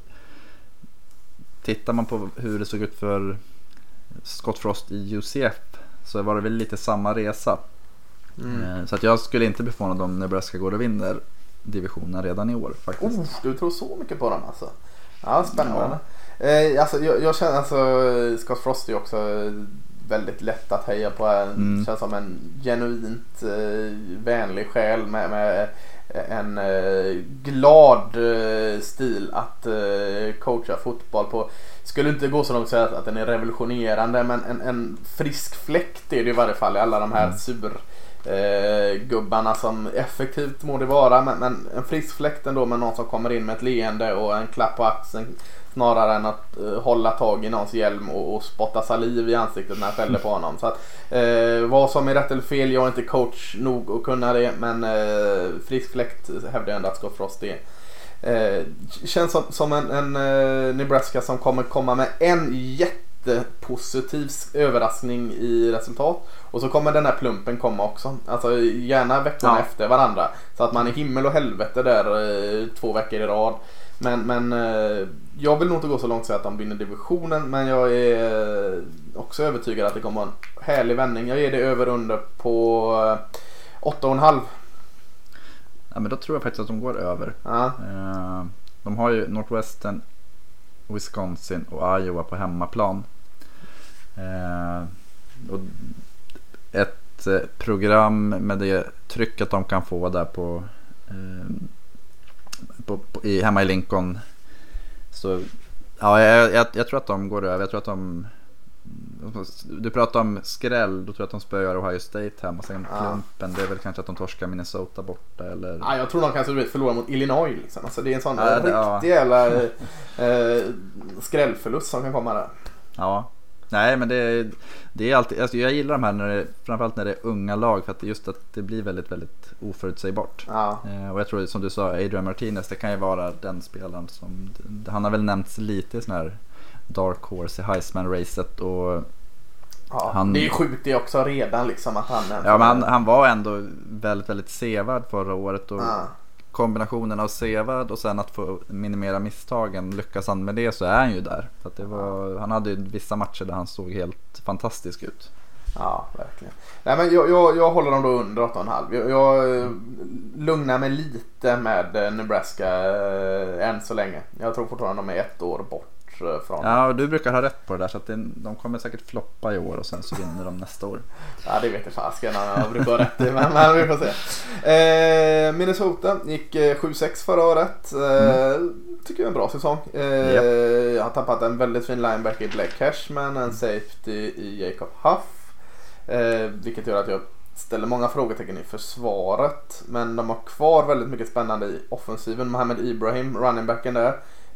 tittar man på hur det såg ut för Scott Frost i U C F så var det väl lite samma resa. Mm. Så att jag skulle inte bli förvånad om Nebraska går och vinner divisionen redan i år faktiskt. Oh, du tror så mycket på dem alltså. Ja, spännande. Ja. Eh, alltså, jag, jag känner alltså Scott Frost är också väldigt lätt att heja på. Mm. Känns som en genuint eh, vänlig själ med, med en eh, glad eh, stil att eh, coacha fotboll på. Skulle inte gå så långt att säga att, att den är revolutionerande, men en, en frisk fläkt är det i varje fall i alla de här mm. sur eh, gubbarna som effektivt må det vara, men, men en frisk fläkt ändå med någon som kommer in med ett leende och en klapp på axeln snarare än att uh, hålla tag i någons hjälm och, och spotta saliv i ansiktet när jag skäller på honom. Så att, uh, vad som är rätt eller fel, jag är inte coach nog att kunna det, men uh, frisk fläkt hävdar jag ändå att Scott Frost är. Uh, känns som, som en, en uh, Nebraska som kommer komma med en jättepositiv överraskning i resultat, och så kommer den här plumpen komma också, alltså gärna veckorna ja. efter varandra, så att man är himmel och helvete där uh, två veckor i rad. Men, men eh, jag vill nog inte gå så långt så att de vinner divisionen, men jag är eh, också övertygad att det kommer en härlig vändning. Jag ger det över under på eh, åtta och en halv. Ja, men då tror jag faktiskt att de går över. Ja. Eh, de har ju Northwestern, Wisconsin och Iowa på hemmaplan. Eh, och ett eh, program med det trycket de kan få där på... Eh, På, på, i, hemma i Lincoln. Så ja, jag, jag, jag tror att de går över. Jag tror att de, du pratar om skräll, då tror jag att de spöar Ohio State hemma. Sen ja. klumpen, det är väl kanske att de torskar Minnesota borta eller... Ja, jag tror de kanske förlorar mot Illinois liksom. Alltså, det är en sån ja, riktig ja. jävla eh, skrällförlust som kan komma där. Ja. Nej, men det är, det är alltid, alltså jag gillar de här när det, framförallt när det är unga lag, för att det just att det blir väldigt, väldigt oförutsägbart. Ja. Eh, och jag tror, som du sa, Adrian Martinez, det kan ju vara den spelaren som, han har väl nämnts lite i sån här dark horse i Heisman-racet och ja, han, det är sjukt det också redan liksom att han... Ja, men han, han var ändå väldigt, väldigt sevärd förra året och ja. kombinationen av sevärd och sen att få minimera misstagen, lyckas han med det så är han ju där. Så att det var, han hade ju vissa matcher där han såg helt fantastisk ut. Ja, verkligen. Nej, men jag, jag, jag håller dem då under åtta och en halv. Jag, jag lugnar mig lite med Nebraska äh, än så länge. Jag tror fortfarande de är ett år bort från. Ja, och du brukar ha rätt på det där, så att det, de kommer säkert floppa i år och sen så vinner de nästa år. Ja, det vet jag fasken. Jag brukar ha rätt i, men, men vi får se. Eh, Minnesota gick sju sex förra året. Eh, mm. Tycker jag är en bra säsong. Eh, yep. Jag har tappat en väldigt fin linebacker i Blake Cashman, en safety i Jacob Huff. Eh, vilket gör att jag ställer många frågetecken i försvaret. Men de har kvar väldigt mycket spännande i offensiven. Mohamed Ibrahim, runningbacken där.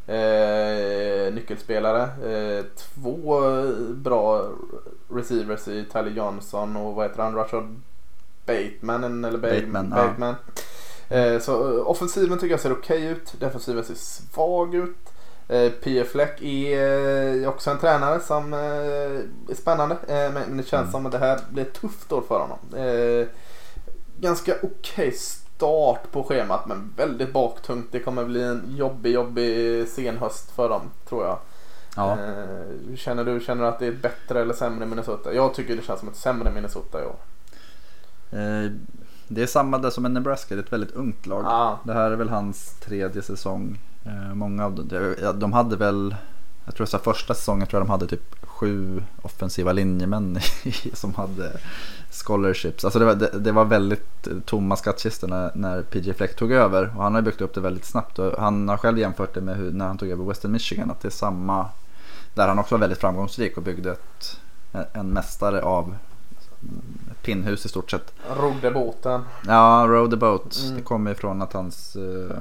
Eh, nyckelspelare. Eh, två bra receivers i Tyler Johnson och vad heter han? Rashad Bateman eller Bateman, Bateman. Ja. Eh, så offensiven tycker jag ser okej ut. Defensiven ser svag ut. Eh, P F Fleck är eh, också en tränare som eh, är spännande, eh, men det känns mm. som att det här blir ett tufft år för honom. Eh, ganska okej start på schemat, men väldigt baktungt. Det kommer bli en jobbig, jobbig senhöst för dem, tror jag. Ja. Eh, känner du känner du att det är ett bättre eller sämre Minnesota? Jag tycker det känns som ett sämre Minnesota i år. Eh, det är samma där som en Nebraska, det är ett väldigt ungt lag. Ah. Det här är väl hans tredje säsong. Eh, många av dem, de hade väl jag tror så här, första säsongen tror jag de hade typ sju offensiva linjemän som hade scholarships. Alltså det var, det, det var väldigt tomma skattkistor när, när P J Fleck tog över, och han har byggt upp det väldigt snabbt, och han har själv jämfört det med hur, när han tog över Western Michigan, att det är samma där han också var väldigt framgångsrik och byggde ett, en mästare av pinnhus i stort sett. Rodde båten. Ja, rode the boat. Mm. Det kommer ifrån att hans uh,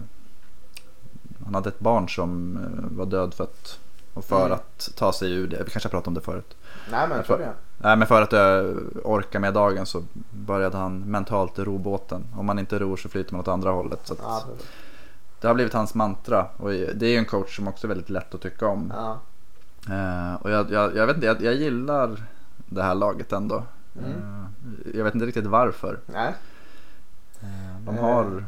han hade ett barn som uh, var dödfött, och för mm. att ta sig ur det, vi kanske har pratat om det förut. Nej, men jag tror det. Nej, men för att jag orkar med dagen så började han mentalt ro båten. Om man inte ror så flyter man åt andra hållet. Så att Ja, det har blivit hans mantra, och det är ju en coach som också är väldigt lätt att tycka om. ja. Uh, och jag, jag, jag vet inte, jag, jag gillar det här laget ändå. Mm. Uh, jag vet inte riktigt varför. Nej. Uh, de har Eh,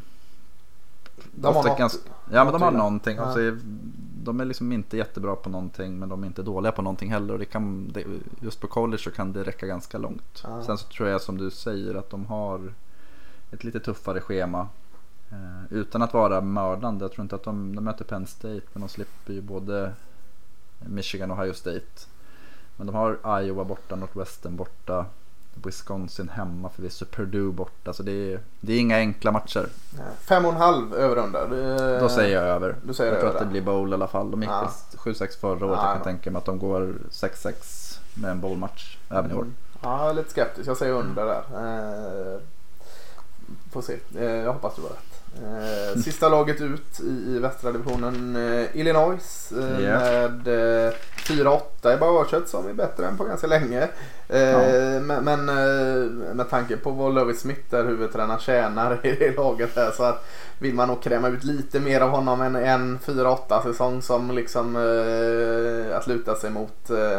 de har något, ganska, ja, men de har något någonting. ja. Alltså, de är liksom inte jättebra på någonting, men de är inte dåliga på någonting heller. Och det kan, det, just på college så kan det räcka ganska långt. Ja. Sen så tror jag, som du säger, att de har ett lite tuffare schema. Uh, utan att vara mördande. Jag tror inte att de, de möter Penn State, men de slipper ju både Michigan och Ohio State. Men de har Iowa borta, Northwestern borta, Wisconsin hemma förvisso, Purdue borta. Så det är, det är inga enkla matcher. Fem och en halv över under. Det, Då säger jag över. Du säger jag tror över. att det blir bowl i alla fall. De gick Ja. sju sex förra året. Ja, Jag kan ja. tänka mig att de går sex sex med en bowlmatch även i år. Ja, jag är lite skeptisk. Jag säger under där. Eh, får se. Eh, jag hoppas du var rätt. Eh, sista laget ut i, i västra divisionen, eh, Illinois eh, Yeah. med eh, fyra åtta i bagaget, som är bättre än på ganska länge. Eh, Ja. Men, men eh, med tanke på vad Lovie Smith där huvudtränaren tjänar i det laget här, så att vill man nog kräma ut lite mer av honom än en fyra åtta säsong som liksom eh, att luta sig mot. Eh,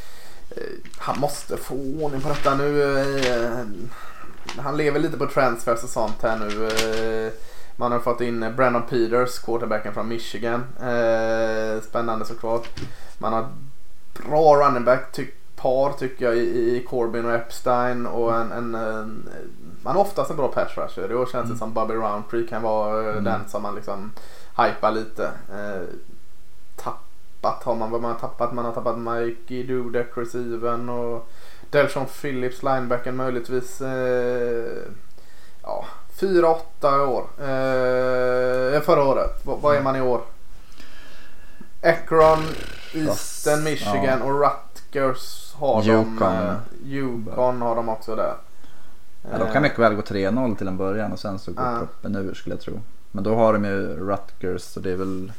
han måste få ordning på detta nu. Eh, han lever lite på transfers och sånt här nu. Eh, man har fått in Brandon Peters, quarterbacken från Michigan. Eh, spännande såklart. Man har bra running back ty- par tycker jag i, i Corbin och Epstein, och en, en, en man har oftast en bra pass rusher. Det känns det mm. som Bobby Roundtree kan vara mm. den som man liksom hypar lite. Eh, tappat har man vad man har tappat. Man har tappat Mikey Dudek, receiven, och Delshon Phillips, linebacken möjligtvis. Eh, ja, fyra åtta i år. Eh, förra året. V- vad är man i år? Akron, Eastern Michigan ja. och Rutgers har Yukon. de. Eh, Yukon har de också där. Ja, de kan mycket väl gå tre noll till en början och sen så går uh. proppen ur, skulle jag tro. Men då har de ju Rutgers, så det är väl...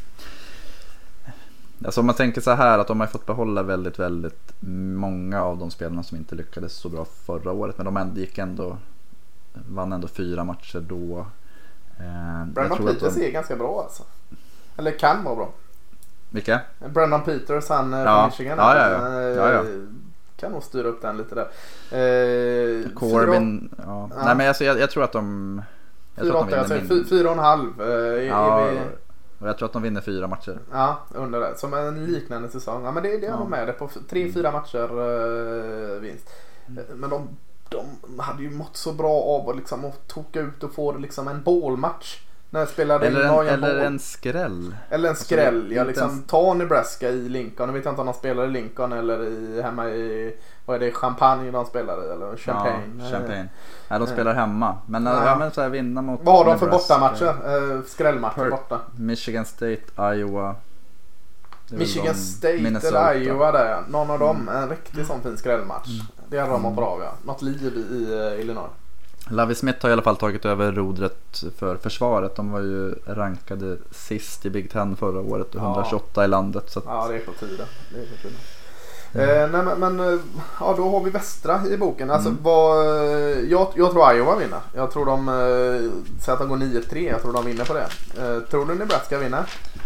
Alltså om man tänker så här, att de har fått behålla väldigt, väldigt många av de spelarna som inte lyckades så bra förra året. Men de gick ändå, vann ändå fyra matcher då. Eh, Brandon Peters de... är ganska bra alltså. Eller kan vara bra. Vilka? Brandon Peters, han ja. från Michigan. Ja, ja, ja. ja, ja. Kan nog styra upp den lite där. Eh, Corbin, fyra... ja. ja. Nej men alltså, jag, jag tror att de... Jag fyra, tror att de vinner alltså, min... fyra och en halv. Eh, ja, vi... och jag tror att de vinner fyra matcher. Ja, under det. Som en liknande säsong. Ja, men det, det är ja. de med det på tre, fyra matcher eh, vinst. Mm. Men de, de hade ju mått så bra av att liksom att toka ut och få liksom en bålmatch. När spelade eller en, eller boll. en skräll. Eller en skräll. Alltså, jag liksom ens... ta Nebraska i Lincoln. Jag vet inte om de spelar i Lincoln eller i, hemma i, vad är det, Champagne de spelar i, eller Champagne. Ja, Champagne. Ja, de spelar hemma. Men, ja. Ja, men så här, vinna mot vad har de Nebraska. för bortamatcher? Uh, skrällmatcher borta. Michigan State, Iowa. Michigan State Minnesota. Eller Iowa där. Någon av dem, en riktigt sån fin skrällmatch. Mm. Det hade de mått bra av, ja. Något liv i, i uh, Illinois. Lovie Smith har i alla fall tagit över rodret för försvaret. De var ju rankade sist i Big Ten förra året och ja. etthundratjugoåtta i landet. Så att... Ja, det är på tiden. Det är på tiden. Mm. Eh, nej, men, men ja, då har vi västra i boken. Alltså, mm. vad, jag, jag tror Iowa vinner. Jag tror de eh, säger att de går nio tre. Jag tror de vinner på det. Eh, tror du Nebraska vinner?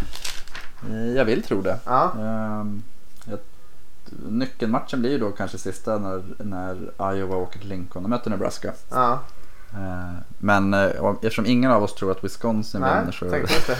Jag vill tro det. Ja. Eh, jag, nyckelmatchen blir ju då kanske sista när, när Iowa åker till Lincoln och möter Nebraska. Ja. Eh, men eh, eftersom ingen av oss tror att Wisconsin nej, vinner så, inte.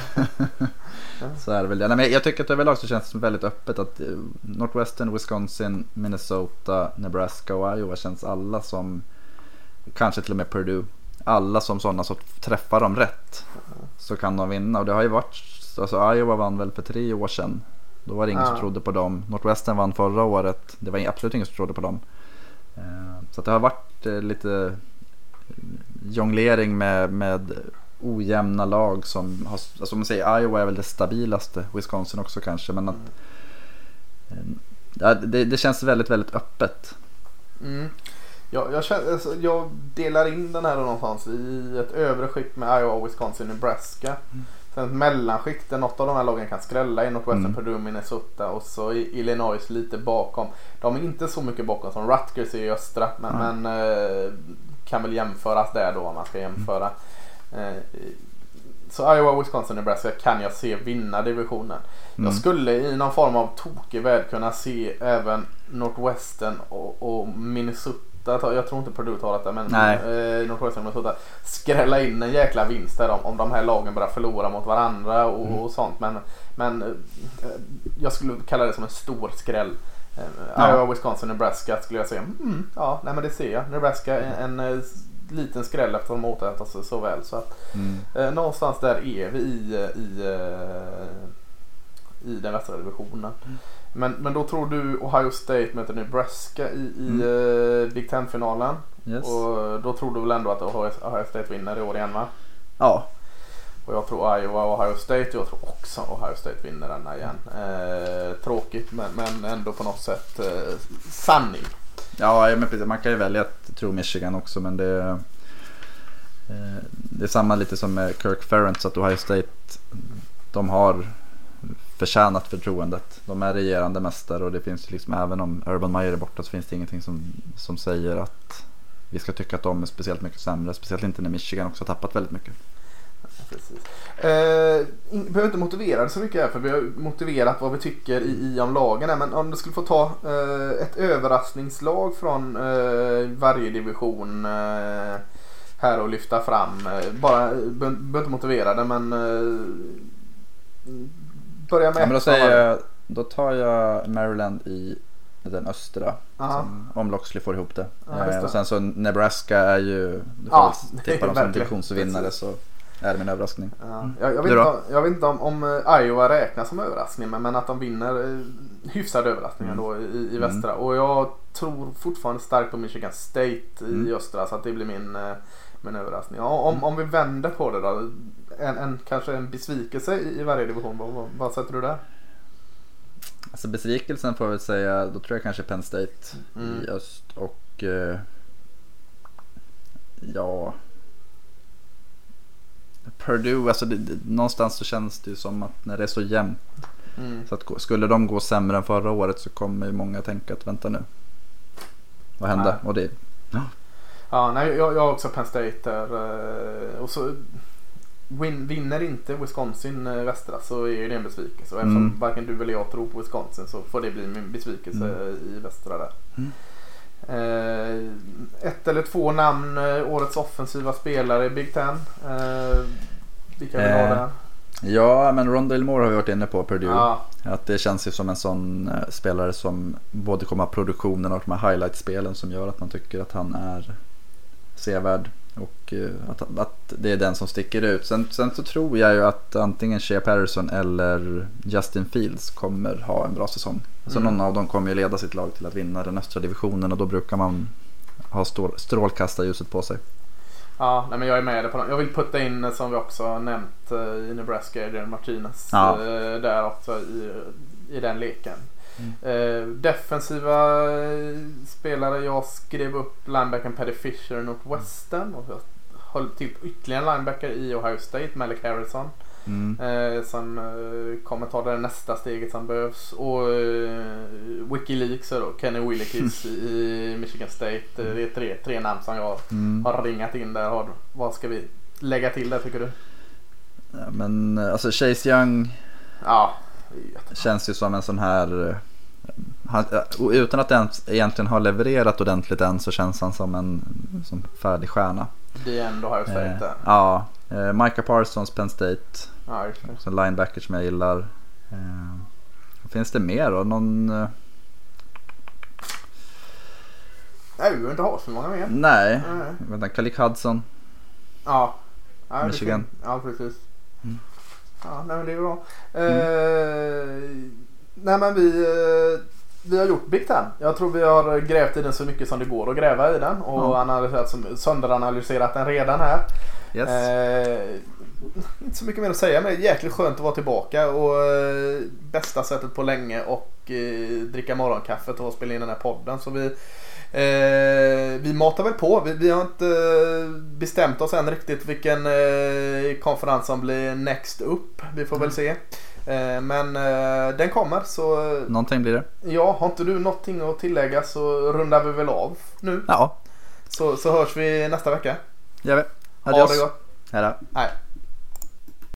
så är det väl det. Nej, men jag tycker att överlag så känns det som väldigt öppet att Northwestern, Wisconsin, Minnesota, Nebraska och Iowa känns alla som, kanske till och med Purdue, alla som sådana som träffar dem rätt så kan de vinna. Och det har ju varit, alltså Iowa vann väl för tre år sedan Då var det ingen Ja. som trodde på dem. Northwestern vann förra året. Det var absolut ingen som trodde på dem. Så att det har varit lite jonglering med, med ojämna lag som har, alltså man säger Iowa är väl det stabilaste, Wisconsin också kanske, men att ja, det, det känns väldigt väldigt öppet. Mm. Jag, jag, känner, alltså, jag delar in den här någonstans i ett övre skikt med Iowa, Wisconsin, Nebraska. Mm. Sen ett mellanskikt där något av de här lagen kan skrälla i Northwestern, mm. Purdue, Minnesota och så i Illinois lite bakom. De är inte så mycket bakom som Rutgers i östra, men, mm. men eh, kan väl jämföras där då om man ska jämföra. Mm. Eh, så Iowa, Wisconsin, Nebraska kan jag se vinna divisionen. Mm. Jag skulle i någon form av tokig värld kunna se även Northwestern och, och Minnesota. Jag tror inte Purdue tar detta, men eh, Northwestern och Minnesota skrälla in en jäkla vinst där om, om de här lagen börjar förlora mot varandra och, mm. och sånt. Men, men eh, jag skulle kalla det som en stor skräll. Eh, ja. Iowa, Wisconsin, Nebraska skulle jag säga. Mm, ja, nej men det ser jag. Nebraska en, en liten skräll efter att de återhämtar sig så väl. Så att, mm. eh, någonstans där är vi i, i, i den västra divisionen. Mm. Men, men då tror du Ohio State möter Nebraska i, i mm. uh, Big Ten-finalen. Yes. Och då tror du väl ändå att Ohio State vinner i år igen, va? Ja. Och jag tror Iowa och Ohio State. Jag tror också Ohio State vinner denna igen. Eh, tråkigt, men, men ändå på något sätt eh, sanning. Ja, men precis. Man kan ju välja att tro Michigan också, men det, eh, det är samma lite som med Kirk Ferentz, att Ohio State, de har förtjänat förtroendet. De är regerande mästare och det finns liksom, även om Urban Meyer är borta så finns det ingenting som, som säger att vi ska tycka att de är speciellt mycket sämre, speciellt inte när Michigan också har tappat väldigt mycket. Precis. Eh, in, behöver inte motivera det så mycket här, för vi har motiverat vad vi tycker i, i om lagen här, men om du skulle få ta eh, ett överraskningslag från eh, varje division eh, här och lyfta fram, eh, bara behöver inte motivera det, men eh, börja med. Ja, men då, säger jag, då tar jag Maryland i den östra. Omlockslig får ihop det. Ja, det. Och sen så Nebraska är ju, du får ja, tippa dem som divisionsvinnare, så är det min överraskning. Ja. Jag, jag, vet inte, jag vet inte om, om Iowa räknas som överraskning, men, men att de vinner hyfsad överraskning mm. då i, i västra. Mm. Och jag tror fortfarande starkt på Michigan State mm. i östra, så att det blir min, min överraskning. Ja, om, mm. om vi vänder på det då, en, en, kanske en besvikelse i, i varje division, vad, vad, vad sätter du där? Alltså besvikelsen får jag väl säga, då tror jag kanske Penn State mm. i öst och eh, ja Purdue, alltså det, det, någonstans så känns det ju som att när det är så jämnt mm. så att skulle de gå sämre än förra året så kommer ju många tänka att vänta nu, vad hände? Nej. Och det ja, ja nej, jag, jag har också Penn State där, och så Win, vinner inte Wisconsin västra så är det en besvikelse, och eftersom mm. varken du eller jag tror på Wisconsin så får det bli min besvikelse mm. i västra där. Mm. Eh, ett eller två namn, årets offensiva spelare i Big Ten. Eh, vilka vill eh, ha där? Ja, men Rondale Moore har vi varit inne på Purdue. Ja. Att det känns ju som en sån eh, spelare som både kommer ha produktionen och de här highlight-spelen som gör att man tycker att han är sevärd. Och uh, att, att det är den som sticker ut. Sen, sen så tror jag ju att antingen Shea Patterson eller Justin Fields kommer ha en bra säsong. Så mm. någon av dem kommer ju leda sitt lag till att vinna den östra divisionen, och då brukar man ha strål, strålkastarljuset på sig. Ja, nej, men jag är med på det. Jag vill putta in, som vi också har nämnt, i Nebraska, Adrian Martinez ja. där också i, i den leken. Mm. Uh, defensiva spelare, jag skrev upp linebacken Paddy Fisher i Northwestern, och jag höll till ytterligare en linebacker i Ohio State, Malik Harrison, mm. uh, som uh, kommer ta det nästa steget som behövs, och uh, WikiLeaks då, Kenny Willekes i Michigan State. Uh, det är tre, tre namn som jag mm. har ringat in där. Har, vad ska vi lägga till där, tycker du? Ja, men alltså Chase Young, ja, känns ju som en sån här, han, utan att den egentligen har levererat ordentligt än, så känns han som en som färdig stjärna. Det är ändå Ohio State eh, där. Ja, eh, Micah Parsons, Penn State, ja, som linebacker som jag gillar. Eh, finns det mer då? Någon eh... Nej, vi vill inte ha så många mer. Nej, Nej. Vänta, Kalik Hudson. Ja, ja Michigan. Ja, precis. Mm. Ja, nej, men det är bra. Mm. Eh, Nej men vi, eh, vi har gjort Big Ten. Jag tror vi har grävt i den så mycket som det går att gräva i den. Och Ja. analyserat, sönderanalyserat den redan här. Yes. Eh, inte så mycket mer att säga, men det är jäkligt skönt att vara tillbaka. Och eh, bästa sättet på länge och eh, dricka morgonkaffet och spela in den här podden. Så vi, eh, vi matar väl på. Vi, vi har inte bestämt oss än riktigt vilken eh, konferens som blir next up. Vi får väl se. Eh, men eh, den kommer, så Någonting blir det. ja, har inte du någonting att tillägga så rundar vi väl av nu. Ja, Så, så hörs vi nästa vecka. gör vi. Ha Adios. det gott. Hej då. Nej.